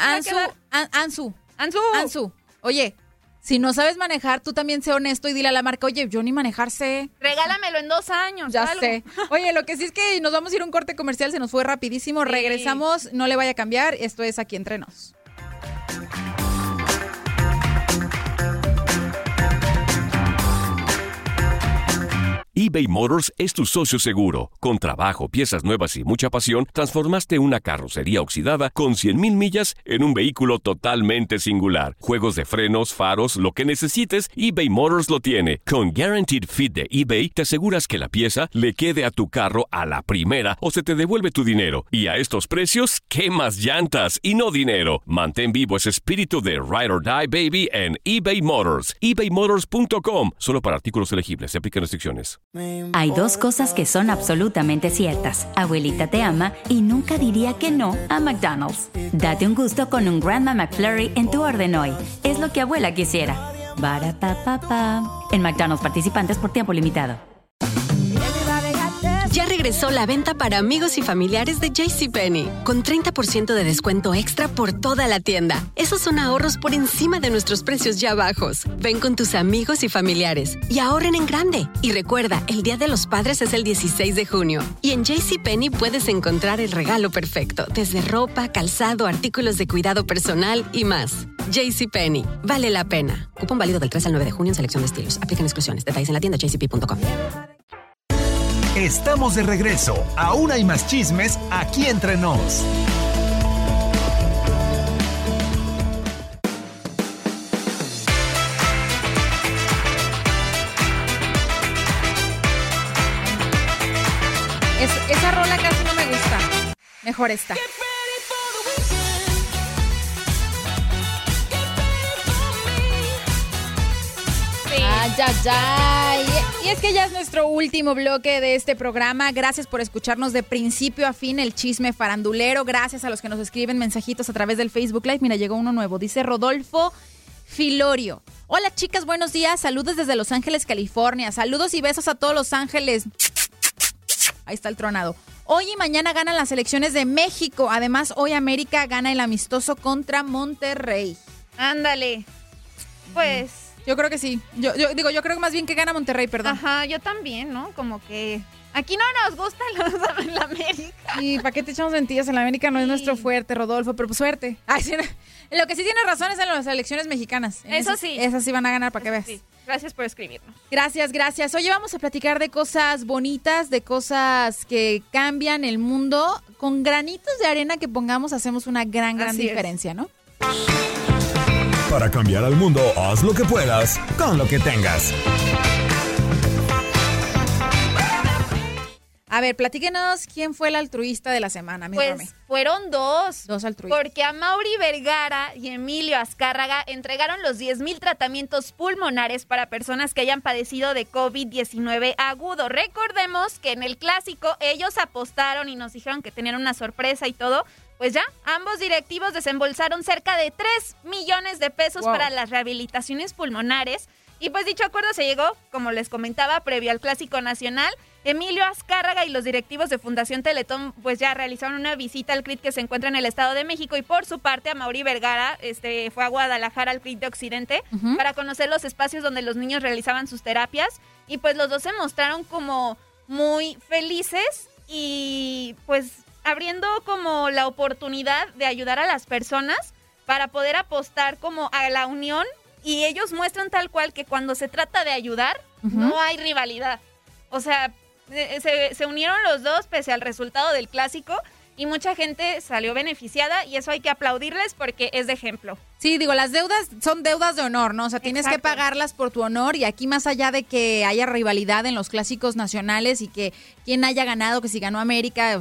Ansu. Oye, si no sabes manejar, tú también sé honesto y dile a la marca, oye, yo ni manejar sé. Regálamelo en 2 años. Ya sé. Oye, lo que sí es que nos vamos a ir a un corte comercial, se nos fue rapidísimo. Sí. Regresamos, no le vaya a cambiar. Esto es Aquí Entre Nos. eBay Motors es tu socio seguro. Con trabajo, piezas nuevas y mucha pasión, transformaste una carrocería oxidada con 100,000 millas en un vehículo totalmente singular. Juegos de frenos, faros, lo que necesites, eBay Motors lo tiene. Con Guaranteed Fit de eBay, te aseguras que la pieza le quede a tu carro a la primera o se te devuelve tu dinero. Y a estos precios, ¿qué más llantas y no dinero? Mantén vivo ese espíritu de Ride or Die, baby, en eBay Motors. ebaymotors.com. Solo para artículos elegibles. Se aplican restricciones. Hay 2 cosas que son absolutamente ciertas. Abuelita te ama y nunca diría que no a McDonald's. Date un gusto con un Grandma McFlurry en tu orden hoy. Es lo que abuela quisiera. Barapapapa. En McDonald's participantes por tiempo limitado. Ya regresó la venta para amigos y familiares de JCPenney, con 30% de descuento extra por toda la tienda. Esos son ahorros por encima de nuestros precios ya bajos. Ven con tus amigos y familiares y ahorren en grande. Y recuerda, el Día de los Padres es el 16 de junio. Y en JCPenney puedes encontrar el regalo perfecto, desde ropa, calzado, artículos de cuidado personal y más. JCPenney, vale la pena. Cupón válido del 3 al 9 de junio en selección de estilos. Aplican exclusiones. Detalles en la tienda jcp.com. Estamos de regreso. Aún hay más chismes aquí entre nos. Esa rola casi no me gusta. Mejor esta. Y es que ya es nuestro último bloque de este programa. Gracias por escucharnos de principio a fin, el chisme farandulero. Gracias a los que nos escriben mensajitos a través del Facebook Live. Mira, llegó uno nuevo. Dice Rodolfo Filorio. Hola chicas, buenos días. Saludos desde Los Ángeles, California. Saludos y besos a todos Los Ángeles. Ahí está el tronado. Hoy y mañana ganan las selecciones de México. Además, hoy América gana el amistoso contra Monterrey. Ándale. Pues... Yo creo que sí. Yo creo que más bien que gana Monterrey, perdón. Ajá, yo también, ¿no? Como que aquí no nos gusta la América. Y ¿para qué te echamos mentiras? En la América no es nuestro fuerte, Rodolfo, pero pues suerte. Ay, sí, lo que sí tiene razón es en las elecciones mexicanas. Eso sí. Esas sí van a ganar, para que veas. Sí. Gracias por escribirnos. Gracias. Oye, vamos a platicar de cosas bonitas, de cosas que cambian el mundo. Con granitos de arena que pongamos hacemos una gran diferencia, ¿no? Para cambiar al mundo, haz lo que puedas con lo que tengas. A ver, platíquenos quién fue el altruista de la semana, mi Rome. Fueron dos. Dos altruistas. Porque Amaury Vergara y Emilio Azcárraga entregaron los 10,000 tratamientos pulmonares para personas que hayan padecido de COVID-19 agudo. Recordemos que en el clásico ellos apostaron y nos dijeron que tenían una sorpresa y todo. Pues ya, ambos directivos desembolsaron cerca de 3 millones de pesos para las rehabilitaciones pulmonares. Y pues dicho acuerdo se llegó, como les comentaba, previo al Clásico Nacional. Emilio Azcárraga y los directivos de Fundación Teletón pues ya realizaron una visita al CRIT que se encuentra en el Estado de México, y por su parte Amaury Vergara fue a Guadalajara al CRIT de Occidente para conocer los espacios donde los niños realizaban sus terapias, y pues los dos se mostraron como muy felices y pues abriendo como la oportunidad de ayudar a las personas para poder apostar como a la unión. Y ellos muestran tal cual que cuando se trata de ayudar, no hay rivalidad. O sea, se unieron los dos pese al resultado del clásico, y mucha gente salió beneficiada, y eso hay que aplaudirles porque es de ejemplo. Sí, digo, las deudas son deudas de honor, ¿no? O sea, tienes que pagarlas por tu honor, y aquí más allá de que haya rivalidad en los clásicos nacionales y que quien haya ganado, que si ganó América...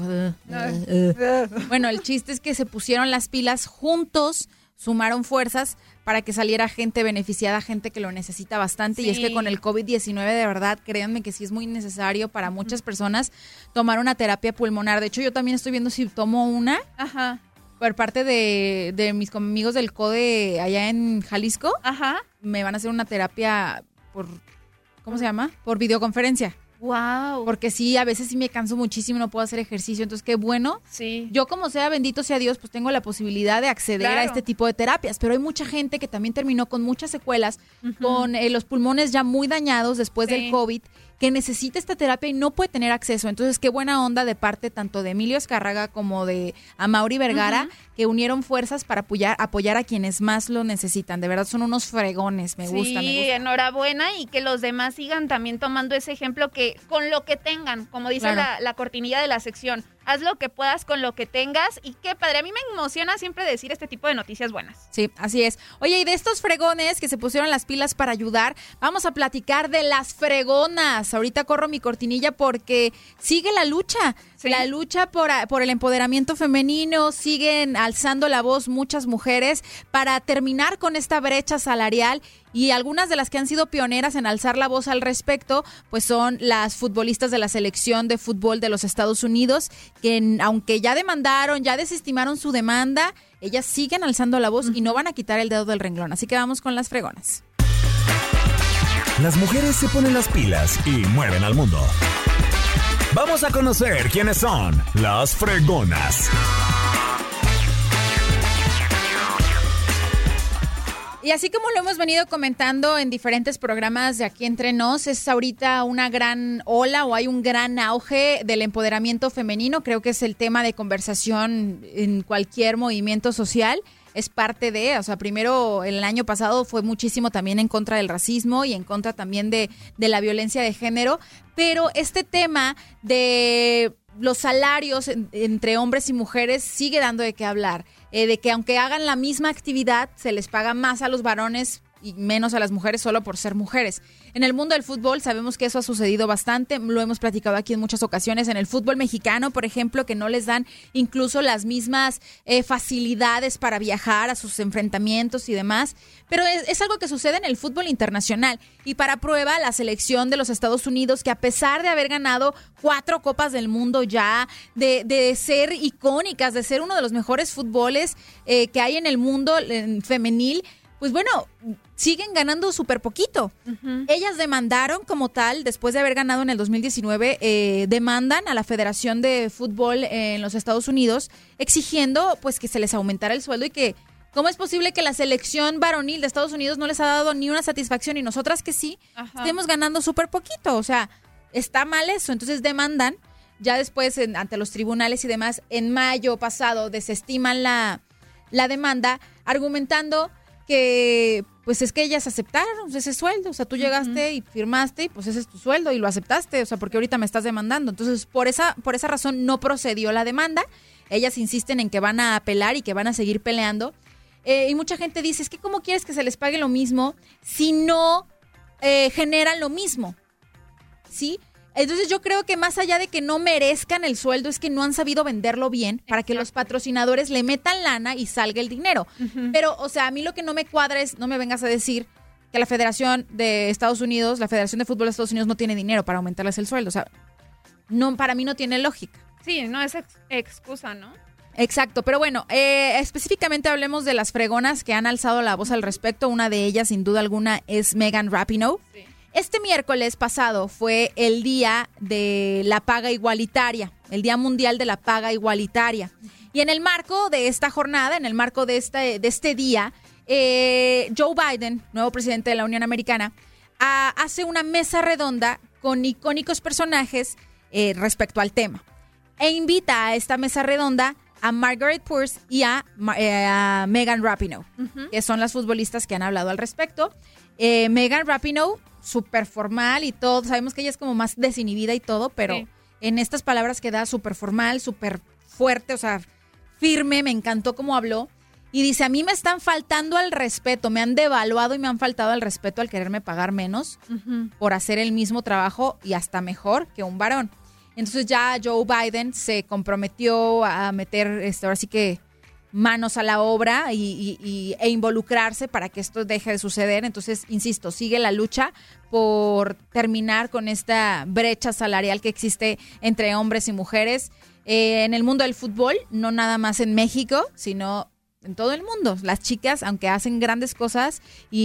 Bueno, el chiste es que se pusieron las pilas juntos, sumaron fuerzas para que saliera gente beneficiada, gente que lo necesita bastante. Sí. Y es que con el COVID-19, de verdad, créanme que sí es muy necesario para muchas personas tomar una terapia pulmonar. De hecho, yo también estoy viendo si tomo una. Por parte de mis amigos del CODE allá en Jalisco. Me van a hacer una terapia por, ¿cómo se llama? Por videoconferencia. Wow. Porque sí, a veces sí me canso muchísimo, no puedo hacer ejercicio, entonces qué bueno. Sí. Yo, como sea, bendito sea Dios, pues tengo la posibilidad de acceder a este tipo de terapias, pero hay mucha gente que también terminó con muchas secuelas, con los pulmones ya muy dañados después del COVID, que necesita esta terapia y no puede tener acceso. Entonces, qué buena onda de parte tanto de Emilio Azcárraga como de Amaury Vergara, que unieron fuerzas para apoyar a quienes más lo necesitan. De verdad, son unos fregones, me gusta. Sí, enhorabuena, y que los demás sigan también tomando ese ejemplo, que con lo que tengan, como dice la cortinilla de la sección, haz lo que puedas con lo que tengas, y qué padre. A mí me emociona siempre decir este tipo de noticias buenas. Sí, así es. Oye, y de estos fregones que se pusieron las pilas para ayudar, vamos a platicar de las fregonas. Ahorita corro mi cortinilla porque sigue la lucha. Sí. La lucha por el empoderamiento femenino, siguen alzando la voz muchas mujeres para terminar con esta brecha salarial, y algunas de las que han sido pioneras en alzar la voz al respecto, pues son las futbolistas de la selección de fútbol de los Estados Unidos, que aunque ya demandaron, ya desestimaron su demanda, ellas siguen alzando la voz y no van a quitar el dedo del renglón. Así que vamos con las fregonas. Las mujeres se ponen las pilas y mueven al mundo. Vamos a conocer quiénes son las fregonas. Y así como lo hemos venido comentando en diferentes programas de Aquí Entre Nos, es ahorita una gran ola, o hay un gran auge del empoderamiento femenino. Creo que es el tema de conversación en cualquier movimiento social. Es parte de, o sea, primero el año pasado fue muchísimo también en contra del racismo y en contra también de la violencia de género, pero este tema de los salarios entre hombres y mujeres sigue dando de qué hablar, de que aunque hagan la misma actividad, se les paga más a los varones y menos a las mujeres solo por ser mujeres. En el mundo del fútbol sabemos que eso ha sucedido bastante, lo hemos platicado aquí en muchas ocasiones. En el fútbol mexicano, por ejemplo, que no les dan incluso las mismas facilidades para viajar a sus enfrentamientos y demás, pero es algo que sucede en el fútbol internacional. Y para prueba, la selección de los Estados Unidos, que a pesar de haber ganado 4 Copas del Mundo ya, de ser icónicas, de ser uno de los mejores fútboles que hay en el mundo femenil, pues bueno, siguen ganando súper poquito. Ellas demandaron como tal, después de haber ganado en el 2019, demandan a la Federación de Fútbol en los Estados Unidos, exigiendo pues que se les aumentara el sueldo, y que ¿cómo es posible que la selección varonil de Estados Unidos no les ha dado ni una satisfacción, y nosotras que sí, estemos ganando súper poquito? O sea, está mal eso. Entonces demandan, ya después ante los tribunales y demás, en mayo pasado desestiman la demanda, argumentando que pues es que ellas aceptaron ese sueldo. O sea, tú llegaste y firmaste y pues ese es tu sueldo y lo aceptaste. O sea, porque ahorita me estás demandando. Entonces, por esa razón no procedió la demanda. Ellas insisten en que van a apelar y que van a seguir peleando. Y mucha gente dice, es que ¿cómo quieres que se les pague lo mismo si no generan lo mismo? ¿Sí? Entonces yo creo que más allá de que no merezcan el sueldo, es que no han sabido venderlo bien para que los patrocinadores le metan lana y salga el dinero. Pero, o sea, a mí lo que no me cuadra es, no me vengas a decir que la Federación de Estados Unidos, la Federación de Fútbol de Estados Unidos no tiene dinero para aumentarles el sueldo. O sea, no, para mí no tiene lógica. Sí, no es excusa, ¿no? Exacto, pero bueno, específicamente hablemos de las fregonas que han alzado la voz al respecto. Una de ellas, sin duda alguna, es Megan Rapinoe. Sí. Este miércoles pasado fue el día de la paga igualitaria, el Día Mundial de la Paga Igualitaria. Y en el marco de esta jornada, en el marco de este día, Joe Biden, nuevo presidente de la Unión Americana, hace una mesa redonda con icónicos personajes respecto al tema. E invita a esta mesa redonda a Margaret Pierce y a Megan Rapinoe, que son las futbolistas que han hablado al respecto. Megan Rapinoe, súper formal y todo, sabemos que ella es como más desinhibida y todo, pero en estas palabras queda súper formal, súper fuerte, o sea, firme, me encantó cómo habló. Y dice, a mí me están faltando al respeto, me han devaluado y me han faltado al respeto al quererme pagar menos por hacer el mismo trabajo y hasta mejor que un varón. Entonces ya Joe Biden se comprometió a meter, ahora sí que manos a la obra e involucrarse para que esto deje de suceder. Entonces, insisto, sigue la lucha por terminar con esta brecha salarial que existe entre hombres y mujeres en el mundo del fútbol, no nada más en México, sino en todo el mundo. Las chicas, aunque hacen grandes cosas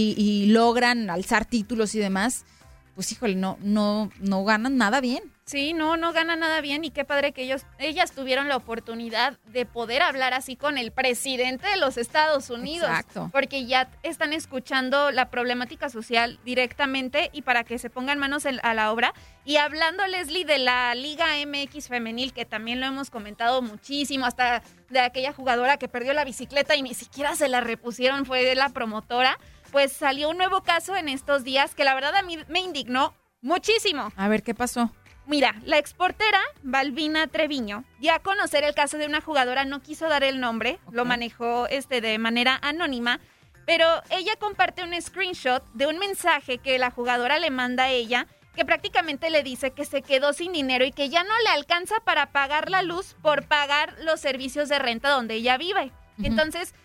y logran alzar títulos y demás, pues híjole, no ganan nada bien. Sí, no gana nada bien y qué padre que ellas tuvieron la oportunidad de poder hablar así con el presidente de los Estados Unidos. Exacto. Porque ya están escuchando la problemática social directamente y para que se pongan manos a la obra. Y hablando, Leslie, de la Liga MX femenil, que también lo hemos comentado muchísimo, hasta de aquella jugadora que perdió la bicicleta y ni siquiera se la repusieron, fue la promotora, pues salió un nuevo caso en estos días que la verdad a mí me indignó muchísimo. A ver, ¿qué pasó? Mira, la exportera Balbina Treviño dio a conocer el caso de una jugadora, no quiso dar el nombre, lo manejó de manera anónima, pero ella comparte un screenshot de un mensaje que la jugadora le manda a ella, que prácticamente le dice que se quedó sin dinero y que ya no le alcanza para pagar la luz por pagar los servicios de renta donde ella vive. Entonces,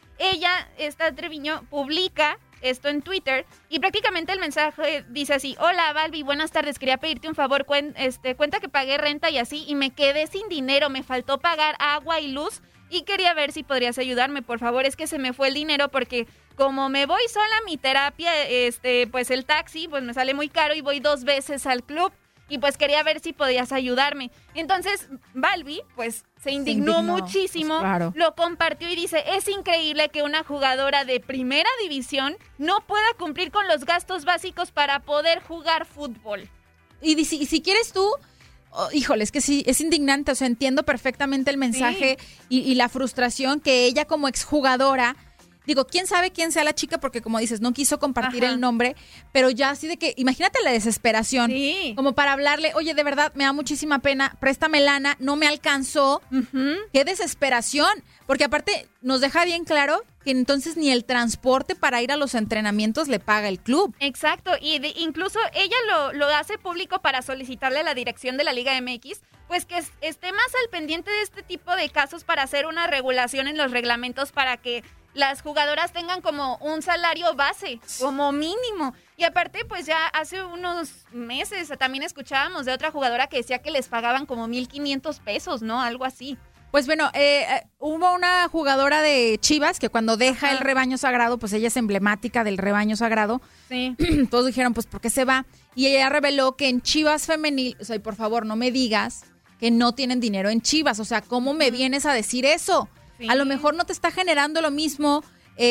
esta Treviño, publica esto en Twitter y prácticamente el mensaje dice así: hola Balbi, buenas tardes, quería pedirte un favor, cuenta que pagué renta y así y me quedé sin dinero, me faltó pagar agua y luz y quería ver si podrías ayudarme, por favor, es que se me fue el dinero porque como me voy sola a mi terapia, pues el taxi pues me sale muy caro y voy 2 veces al club y pues quería ver si podías ayudarme. Entonces Balbi pues se indignó muchísimo, pues claro. Lo compartió y dice, es increíble que una jugadora de primera división no pueda cumplir con los gastos básicos para poder jugar fútbol. Y si quieres tú, híjole, es que sí, es indignante, o sea, entiendo perfectamente el mensaje y la frustración que ella como exjugadora, digo, quién sabe quién sea la chica, porque como dices, no quiso compartir el nombre, pero ya así de que, imagínate la desesperación, como para hablarle, oye, de verdad, me da muchísima pena, préstame lana, no me alcanzó, qué desesperación, porque aparte nos deja bien claro que entonces ni el transporte para ir a los entrenamientos le paga el club. Exacto, y incluso ella lo hace público para solicitarle a la dirección de la Liga MX, pues que esté más al pendiente de este tipo de casos para hacer una regulación en los reglamentos para que las jugadoras tengan como un salario base, como mínimo. Y aparte, pues ya hace unos meses también escuchábamos de otra jugadora que decía que les pagaban como 1,500 pesos, ¿no? Algo así. Pues bueno, hubo una jugadora de Chivas que cuando deja el rebaño sagrado, pues ella es emblemática del rebaño sagrado. Sí. Todos dijeron, pues, ¿por qué se va? Y ella reveló que en Chivas femenil, o sea, y por favor, no me digas que no tienen dinero en Chivas. O sea, ¿cómo me vienes a decir eso? Sí. A lo mejor no te está generando lo mismo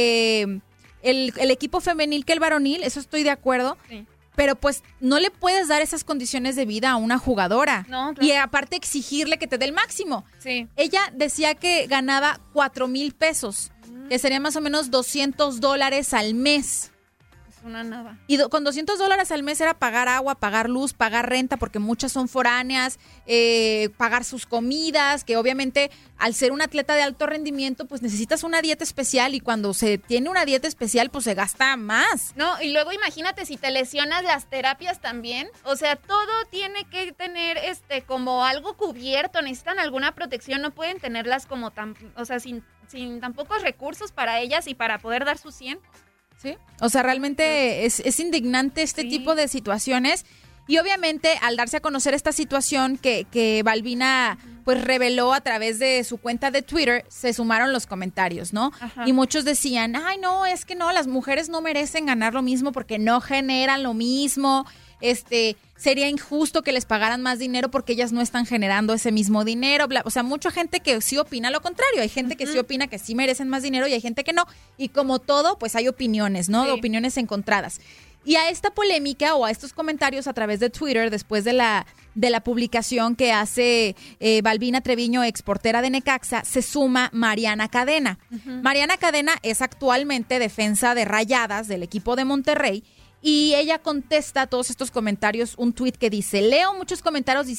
el equipo femenil que el varonil, eso estoy de acuerdo. Sí. Pero pues no le puedes dar esas condiciones de vida a una jugadora. No, claro. Y aparte exigirle que te dé el máximo. Sí. Ella decía que ganaba 4,000 pesos, que serían más o menos $200 al mes. una nada. Y con $200 al mes era pagar agua, pagar luz, pagar renta, porque muchas son foráneas, pagar sus comidas, que obviamente al ser un atleta de alto rendimiento, pues necesitas una dieta especial y cuando se tiene una dieta especial, pues se gasta más. No, y luego imagínate si te lesionas las terapias también, o sea, todo tiene que tener como algo cubierto, necesitan alguna protección, no pueden tenerlas como sin tan pocos recursos para ellas y para poder dar su 100. Sí, o sea, realmente es indignante este tipo de situaciones y obviamente al darse a conocer esta situación que Balbina pues reveló a través de su cuenta de Twitter, se sumaron los comentarios, ¿no? Ajá. Y muchos decían, ay no, es que no, las mujeres no merecen ganar lo mismo porque no generan lo mismo, sería injusto que les pagaran más dinero porque ellas no están generando ese mismo dinero, bla. O sea, mucha gente que sí opina lo contrario, hay gente que sí opina que sí merecen más dinero y hay gente que no, y como todo, pues hay opiniones, ¿no? Sí. Opiniones encontradas. Y a esta polémica o a estos comentarios a través de Twitter, después de la publicación que hace Balbina Treviño, exportera de Necaxa, se suma Mariana Cadena. Mariana Cadena es actualmente defensa de Rayadas del equipo de Monterrey. Y ella contesta a todos estos comentarios un tuit que dice, leo muchos comentarios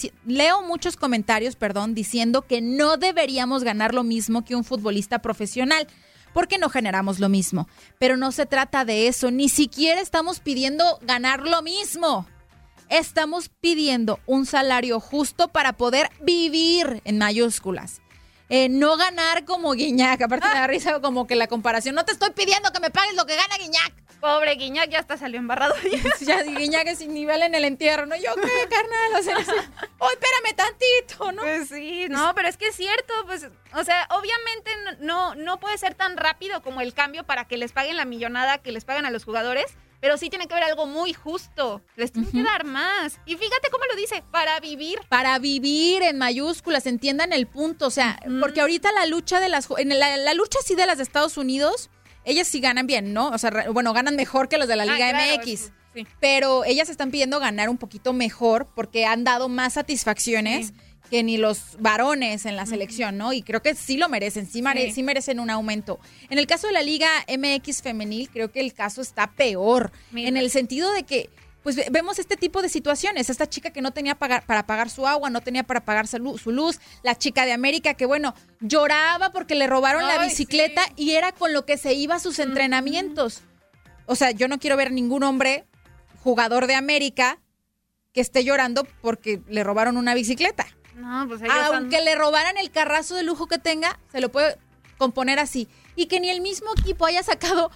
diciendo que no deberíamos ganar lo mismo que un futbolista profesional, porque no generamos lo mismo. Pero no se trata de eso, ni siquiera estamos pidiendo ganar lo mismo. Estamos pidiendo un salario justo para poder vivir, en mayúsculas. No ganar como Guiñac. Aparte me da risa como que la comparación. No te estoy pidiendo que me pagues lo que gana Guiñac. Pobre Guiñac, ya hasta salió embarrado. Ya Guiñac es sin nivel en el entierro, ¿no? Yo, ¿qué, carnal? O sea, espérame tantito, ¿no? Pues sí, no, pero es que es cierto, pues, o sea, obviamente no puede ser tan rápido como el cambio para que les paguen la millonada que les pagan a los jugadores, pero sí tiene que haber algo muy justo. Les tienen que dar más. Y fíjate cómo lo dice, para vivir. Para vivir, en mayúsculas, entiendan el punto. O sea, porque ahorita la lucha de la lucha sí de las de Estados Unidos, ellas sí ganan bien, ¿no? O sea, bueno, ganan mejor que los de la Liga MX. Eso, sí. Pero ellas están pidiendo ganar un poquito mejor porque han dado más satisfacciones que ni los varones en la selección, ¿no? Y creo que sí lo merecen, sí merecen un aumento. En el caso de la Liga MX femenil, creo que el caso está peor, en el sentido de que pues vemos este tipo de situaciones. Esta chica que no tenía para pagar su agua, no tenía para pagar su luz, la chica de América que, bueno, lloraba porque le robaron la bicicleta y era con lo que se iba a sus entrenamientos. O sea, yo no quiero ver ningún hombre jugador de América que esté llorando porque le robaron una bicicleta. No, pues aunque le robaran el carrazo de lujo que tenga, se lo puede componer así. Y que ni el mismo equipo haya sacado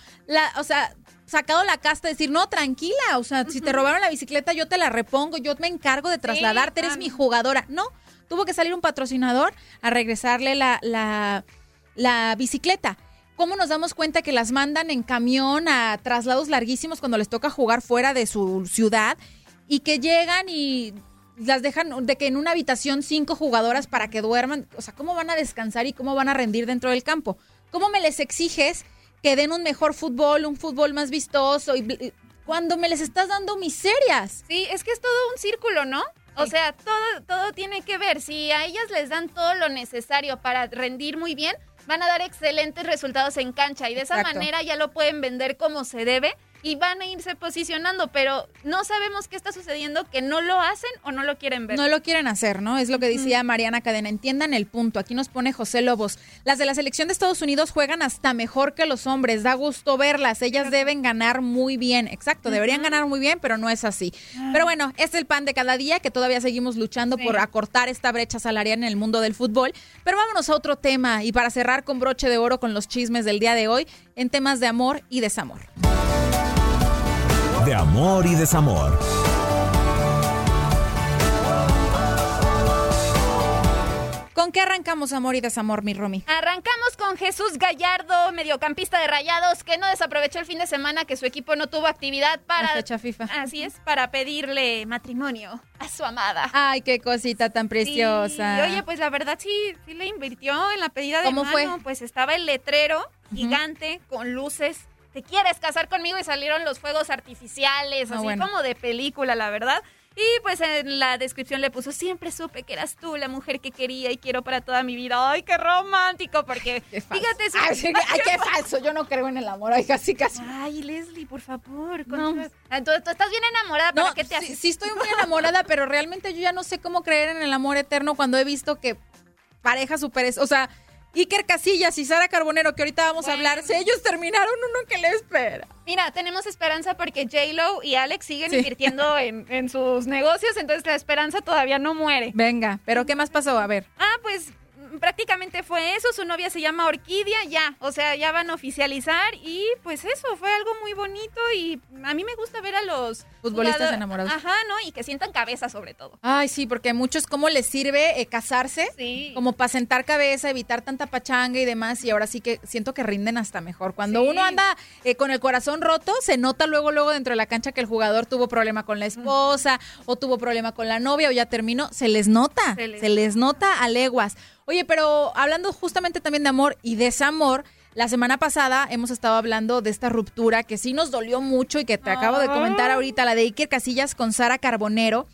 sacado la casta, decir, no, tranquila, o sea, si te robaron la bicicleta, yo te la repongo, yo me encargo de trasladarte, eres mi jugadora. No, tuvo que salir un patrocinador a regresarle la bicicleta. ¿Cómo nos damos cuenta que las mandan en camión a traslados larguísimos cuando les toca jugar fuera de su ciudad y que llegan y las dejan de que en una habitación 5 jugadoras para que duerman? O sea, ¿cómo van a descansar y cómo van a rendir dentro del campo? ¿Cómo me les exiges que den un mejor fútbol, un fútbol más vistoso, y cuando me les estás dando miserias? Sí, es que es todo un círculo, ¿no? O sea, todo tiene que ver. Si a ellas les dan todo lo necesario para rendir muy bien, van a dar excelentes resultados en cancha y de esa manera ya lo pueden vender como se debe y van a irse posicionando, pero no sabemos qué está sucediendo, que no lo hacen o no lo quieren ver. No lo quieren hacer, ¿no? Es lo que decía Mariana Cadena. Entiendan el punto. Aquí nos pone José Lobos. Las de la selección de Estados Unidos juegan hasta mejor que los hombres. Da gusto verlas. Ellas deben ganar muy bien. Exacto, deberían ganar muy bien, pero no es así. Pero bueno, este es el pan de cada día, que todavía seguimos luchando por acortar esta brecha salarial en el mundo del fútbol. Pero vámonos a otro tema, y para cerrar con broche de oro con los chismes del día de hoy, en temas de amor y desamor. De amor y desamor. ¿Con qué arrancamos amor y desamor, mi Romy? Arrancamos con Jesús Gallardo, mediocampista de Rayados, que no desaprovechó el fin de semana que su equipo no tuvo actividad para... La fecha FIFA. Así es, para pedirle matrimonio a su amada. Ay, qué cosita tan preciosa. Y oye, pues la verdad sí le invirtió en la pedida de mano. ¿Cómo fue? Pues estaba el letrero gigante con luces. ¿Te quieres casar conmigo? Y salieron los fuegos artificiales, así como de película, la verdad. Y pues en la descripción le puso, siempre supe que eras tú la mujer que quería y quiero para toda mi vida. ¡Ay, qué romántico! Porque, fíjate... Ay, qué falso, yo no creo en el amor, ay, casi. Ay, Leslie, por favor. No. Tú estás bien enamorada, ¿para qué te haces? Sí, estoy muy enamorada, pero realmente yo ya no sé cómo creer en el amor eterno cuando he visto que parejas súper... O sea, Iker Casillas y Sara Carbonero, que ahorita vamos a hablar, si ellos terminaron, uno que le espera. Mira, tenemos esperanza porque J-Lo y Alex siguen invirtiendo en sus negocios, entonces la esperanza todavía no muere. Venga, ¿pero qué más pasó? A ver. Pues prácticamente fue eso, su novia se llama Orquídea, ya van a oficializar y pues eso, fue algo muy bonito y a mí me gusta ver a los futbolistas enamorados. Ajá, ¿no? Y que sientan cabeza sobre todo. Ay, sí, porque a muchos cómo les sirve casarse, como para sentar cabeza, evitar tanta pachanga y demás, y ahora sí que siento que rinden hasta mejor. Cuando uno anda con el corazón roto, se nota luego dentro de la cancha que el jugador tuvo problema con la esposa, o tuvo problema con la novia, o ya terminó, se les nota, se les nota a leguas. Oye, pero hablando justamente también de amor y desamor, la semana pasada hemos estado hablando de esta ruptura que sí nos dolió mucho y que te acabo de comentar ahorita, la de Iker Casillas con Sara Carbonero.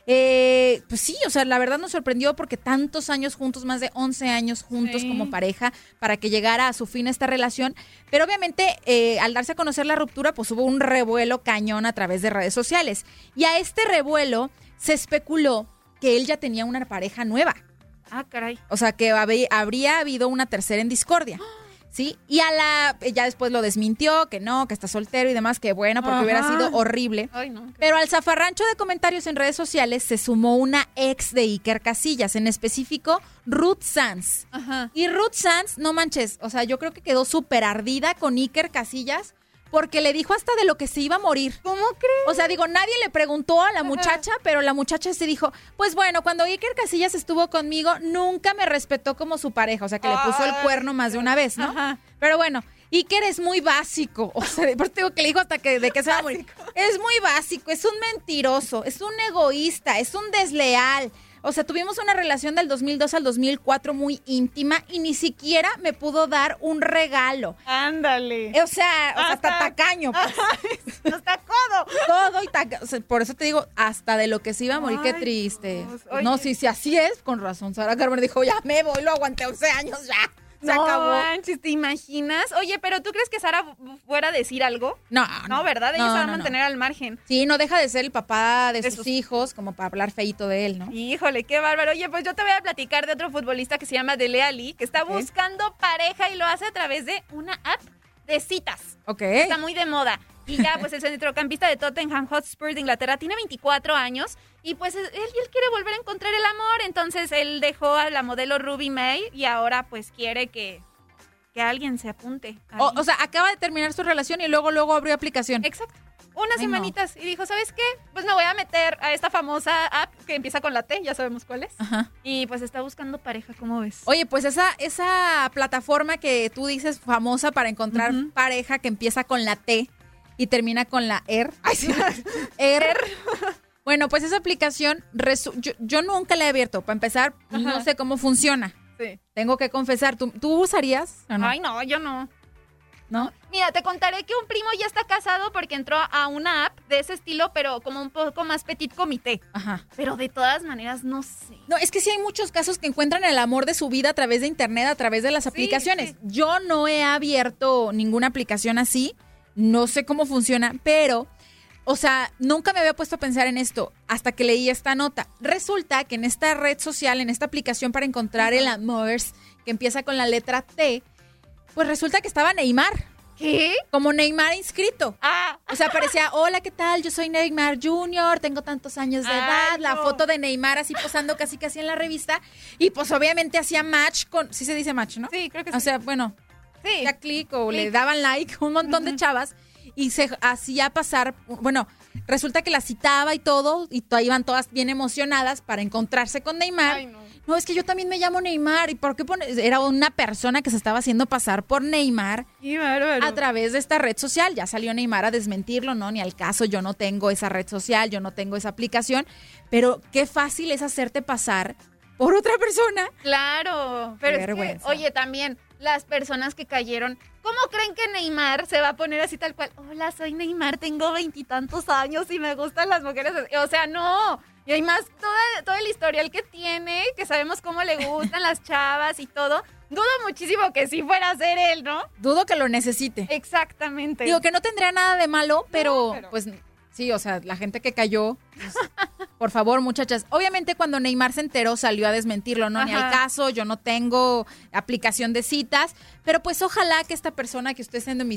Pues sí, o sea, la verdad nos sorprendió porque tantos años juntos, más de 11 años juntos como pareja, para que llegara a su fin esta relación. Pero obviamente, al darse a conocer la ruptura, pues hubo un revuelo cañón a través de redes sociales. Y a este revuelo se especuló que él ya tenía una pareja nueva. Ah, caray. O sea, que habría habido una tercera en discordia. ¿Sí? Y ya después lo desmintió, que no, que está soltero y demás, que bueno, porque hubiera sido horrible. Ay, no. Pero al zafarrancho de comentarios en redes sociales se sumó una ex de Iker Casillas, en específico Ruth Sanz. Ajá. Y Ruth Sanz, no manches, o sea, yo creo que quedó súper ardida con Iker Casillas porque le dijo hasta de lo que se iba a morir. ¿Cómo crees? O sea, digo, nadie le preguntó a la muchacha, pero la muchacha se dijo, pues bueno, cuando Iker Casillas estuvo conmigo, nunca me respetó como su pareja. O sea, que le puso el cuerno más de una vez, ¿no? Ajá. Pero bueno, Iker es muy básico. O sea, por eso digo que le dijo hasta que de qué se va a morir. Es muy básico, es un mentiroso, es un egoísta, es un desleal. O sea, tuvimos una relación del 2002 al 2004 muy íntima y ni siquiera me pudo dar un regalo. Ándale. O sea hasta tacaño. Pues. Hasta codo. Todo y tacaño. O sea, por eso te digo, hasta de lo que se iba a morir, qué triste. No, si así es, con razón. Sara Carbonero dijo, ya me voy, lo aguanté 11 años, ya. Se acabó. Manches, ¿te imaginas? Oye, pero ¿tú crees que Sara fuera a decir algo? No, ¿verdad? Ella se va a mantener al margen. Sí, no deja de ser el papá de sus hijos, como para hablar feíto de él, ¿no? Híjole, qué bárbaro. Oye, pues yo te voy a platicar de otro futbolista que se llama Dele Alli, que está buscando pareja y lo hace a través de una app de citas. Ok. Está muy de moda. Y ya, pues el centrocampista de Tottenham Hotspur de Inglaterra tiene 24 años y pues él quiere volver a encontrar el amor. Entonces él dejó a la modelo Ruby May y ahora pues quiere que alguien se apunte. O sea, acaba de terminar su relación y luego abrió aplicación. Exacto. Unas semanitas. No. Y dijo, ¿sabes qué? Pues me voy a meter a esta famosa app que empieza con la T, ya sabemos cuál es. Ajá. Y pues está buscando pareja, ¿cómo ves? Oye, pues esa plataforma que tú dices famosa para encontrar pareja que empieza con la T y termina con la R. Ay, sí. R. Bueno, pues esa aplicación, yo nunca la he abierto. Para empezar, no sé cómo funciona. Sí. Tengo que confesar, ¿tú usarías? ¿O no? Ay, no, yo no. ¿No? Mira, te contaré que un primo ya está casado porque entró a una app de ese estilo, pero como un poco más petit comité. Ajá. Pero de todas maneras, no sé. No, es que sí hay muchos casos que encuentran el amor de su vida a través de internet, a través de las aplicaciones. Sí. Yo no he abierto ninguna aplicación así, no sé cómo funciona, pero, o sea, nunca me había puesto a pensar en esto hasta que leí esta nota. Resulta que en esta red social, en esta aplicación para encontrar el amor, que empieza con la letra T, pues resulta que estaba Neymar. ¿Qué? Como Neymar inscrito. O sea, parecía, hola, ¿qué tal? Yo soy Neymar Jr., tengo tantos años de edad. La foto de Neymar así posando casi en la revista. Y pues obviamente hacía match con, sí se dice match, ¿no? Sí, creo que sí. O sea, bueno, hacía clic o le daban like un montón de chavas y se hacía pasar, bueno, resulta que la citaba y todo, y iban todas bien emocionadas para encontrarse con Neymar. Ay, no, es que yo también me llamo Neymar. ¿Y por qué era una persona que se estaba haciendo pasar por Neymar a través de esta red social? Ya salió Neymar a desmentirlo, no, ni al caso, yo no tengo esa red social, yo no tengo esa aplicación. Pero qué fácil es hacerte pasar por otra persona. Claro, pero es que, oye, también las personas que cayeron, ¿cómo creen que Neymar se va a poner así tal cual? Hola, soy Neymar, tengo 20 y tantos años y me gustan las mujeres. O sea, no. Y además, todo el historial que tiene, que sabemos cómo le gustan las chavas y todo, dudo muchísimo que sí fuera a ser él, ¿no? Dudo que lo necesite. Exactamente. Digo que no tendría nada de malo, pero pues sí, o sea, la gente que cayó, pues, por favor, muchachas. Obviamente cuando Neymar se enteró salió a desmentirlo, ¿no? Ni al caso, yo no tengo aplicación de citas, pero pues ojalá que esta persona que estoy haciendo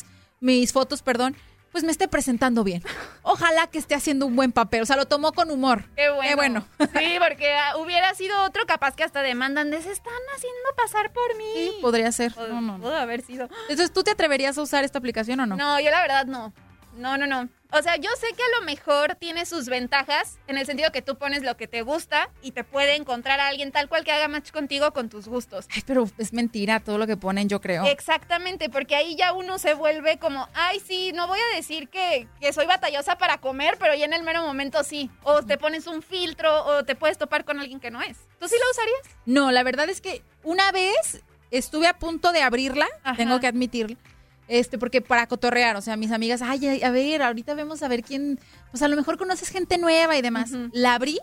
mis fotos, pues me esté presentando bien. Ojalá que esté haciendo un buen papel. O sea, lo tomó con humor. Qué bueno. Qué bueno. Sí, porque hubiera sido otro capaz que hasta demandan de se están haciendo pasar por mí. Sí, podría ser. Pudo haber sido. Entonces, ¿tú te atreverías a usar esta aplicación o no? No, yo la verdad no. No. O sea, yo sé que a lo mejor tiene sus ventajas en el sentido que tú pones lo que te gusta y te puede encontrar a alguien tal cual que haga match contigo con tus gustos. Ay, pero es mentira todo lo que ponen, yo creo. Exactamente, porque ahí ya uno se vuelve como, ay, sí, no voy a decir que soy batallosa para comer, pero ya en el mero momento sí. O te pones un filtro o te puedes topar con alguien que no es. ¿Tú sí lo usarías? No, la verdad es que una vez estuve a punto de abrirla, tengo que admitirlo. Porque para cotorrear, o sea, mis amigas, ay, a ver, ahorita vemos a ver quién, pues a lo mejor conoces gente nueva y demás. La abrí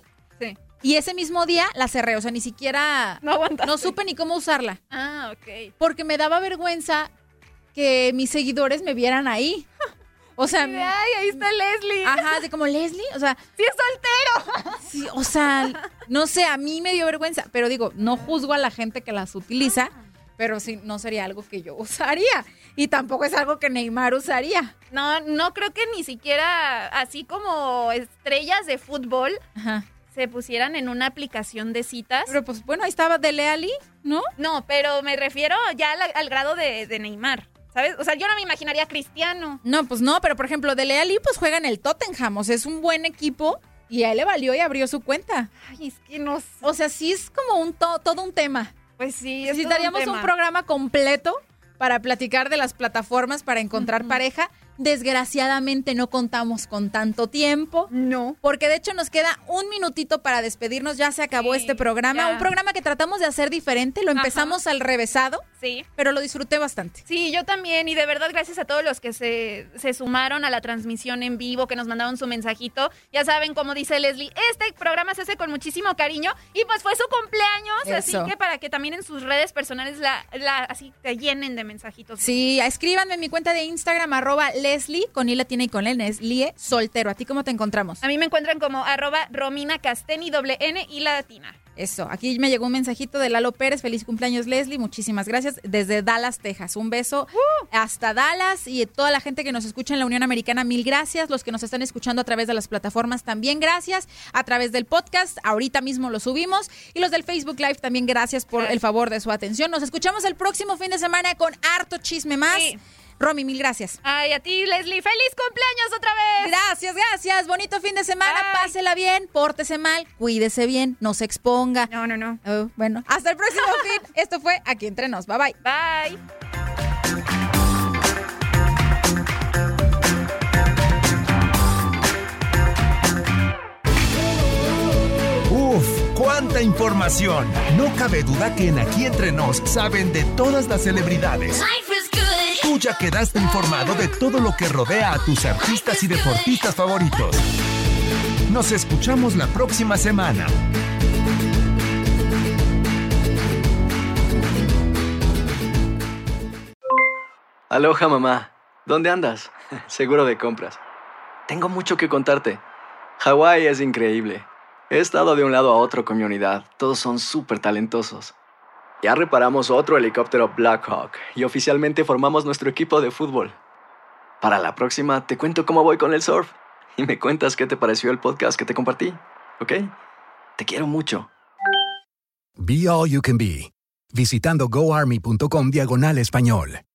y ese mismo día la cerré, o sea, ni siquiera, no supe ni cómo usarla. Ah, ok. Porque me daba vergüenza que mis seguidores me vieran ahí. O sea, ay, ahí está Leslie. Ajá, de como Leslie, o sea, sí es soltero. Sí, o sea, no sé, a mí me dio vergüenza, pero digo, no juzgo a la gente que las utiliza. Pero sí, no sería algo que yo usaría. Y tampoco es algo que Neymar usaría. No creo que ni siquiera así como estrellas de fútbol se pusieran en una aplicación de citas. Pero pues bueno, ahí estaba Dele Alli, ¿no? No, pero me refiero ya al grado de Neymar, ¿sabes? O sea, yo no me imaginaría a Cristiano. No, pues no, pero por ejemplo, Dele Alli pues juega en el Tottenham, o sea, es un buen equipo. Y a él le valió y abrió su cuenta. Ay, es que no sé. O sea, sí es como todo un tema. Pues sí, necesitaríamos un programa completo para platicar de las plataformas para encontrar pareja. Desgraciadamente no contamos con tanto tiempo. No. Porque de hecho nos queda un minutito para despedirnos. Ya se acabó este programa. Ya. Un programa que tratamos de hacer diferente. Lo empezamos al revésado. Sí. Pero lo disfruté bastante. Sí, yo también. Y de verdad, gracias a todos los que se sumaron a la transmisión en vivo, que nos mandaron su mensajito. Ya saben, como dice Leslie, este programa se hace con muchísimo cariño. Y pues fue su cumpleaños. Eso. Así que para que también en sus redes personales así te llenen de mensajitos. Sí, escríbanme en mi cuenta de Instagram, @Leslie, con I latina y con Leslie soltero. ¿A ti cómo te encontramos? A mí me encuentran como @RominaCasteni, N y latina. Eso, aquí me llegó un mensajito de Lalo Pérez. Feliz cumpleaños, Leslie. Muchísimas gracias. Desde Dallas, Texas. Un beso hasta Dallas y toda la gente que nos escucha en la Unión Americana, mil gracias. Los que nos están escuchando a través de las plataformas, también gracias. A través del podcast, ahorita mismo lo subimos. Y los del Facebook Live, también gracias por el favor de su atención. Nos escuchamos el próximo fin de semana con harto chisme más. Sí. Romy, mil gracias. Ay, a ti, Leslie. ¡Feliz cumpleaños otra vez! Gracias. Bonito fin de semana. Bye. Pásela bien, pórtese mal, cuídese bien, no se exponga. No. Bueno, hasta el próximo fin. Esto fue Aquí Entre Nos. Bye. Bye. ¡Cuánta información! No cabe duda que en Aquí Entre Nos saben de todas las celebridades. Tú ya quedaste informado de todo lo que rodea a tus artistas y deportistas favoritos. Nos escuchamos la próxima semana. Aloha, mamá. ¿Dónde andas? Seguro de compras. Tengo mucho que contarte. Hawái es increíble. He estado de un lado a otro con mi unidad. Todos son súper talentosos. Ya reparamos otro helicóptero Black Hawk y oficialmente formamos nuestro equipo de fútbol. Para la próxima te cuento cómo voy con el surf y me cuentas qué te pareció el podcast que te compartí, ¿ok? Te quiero mucho. Be All You Can Be, visitando goarmy.com/español.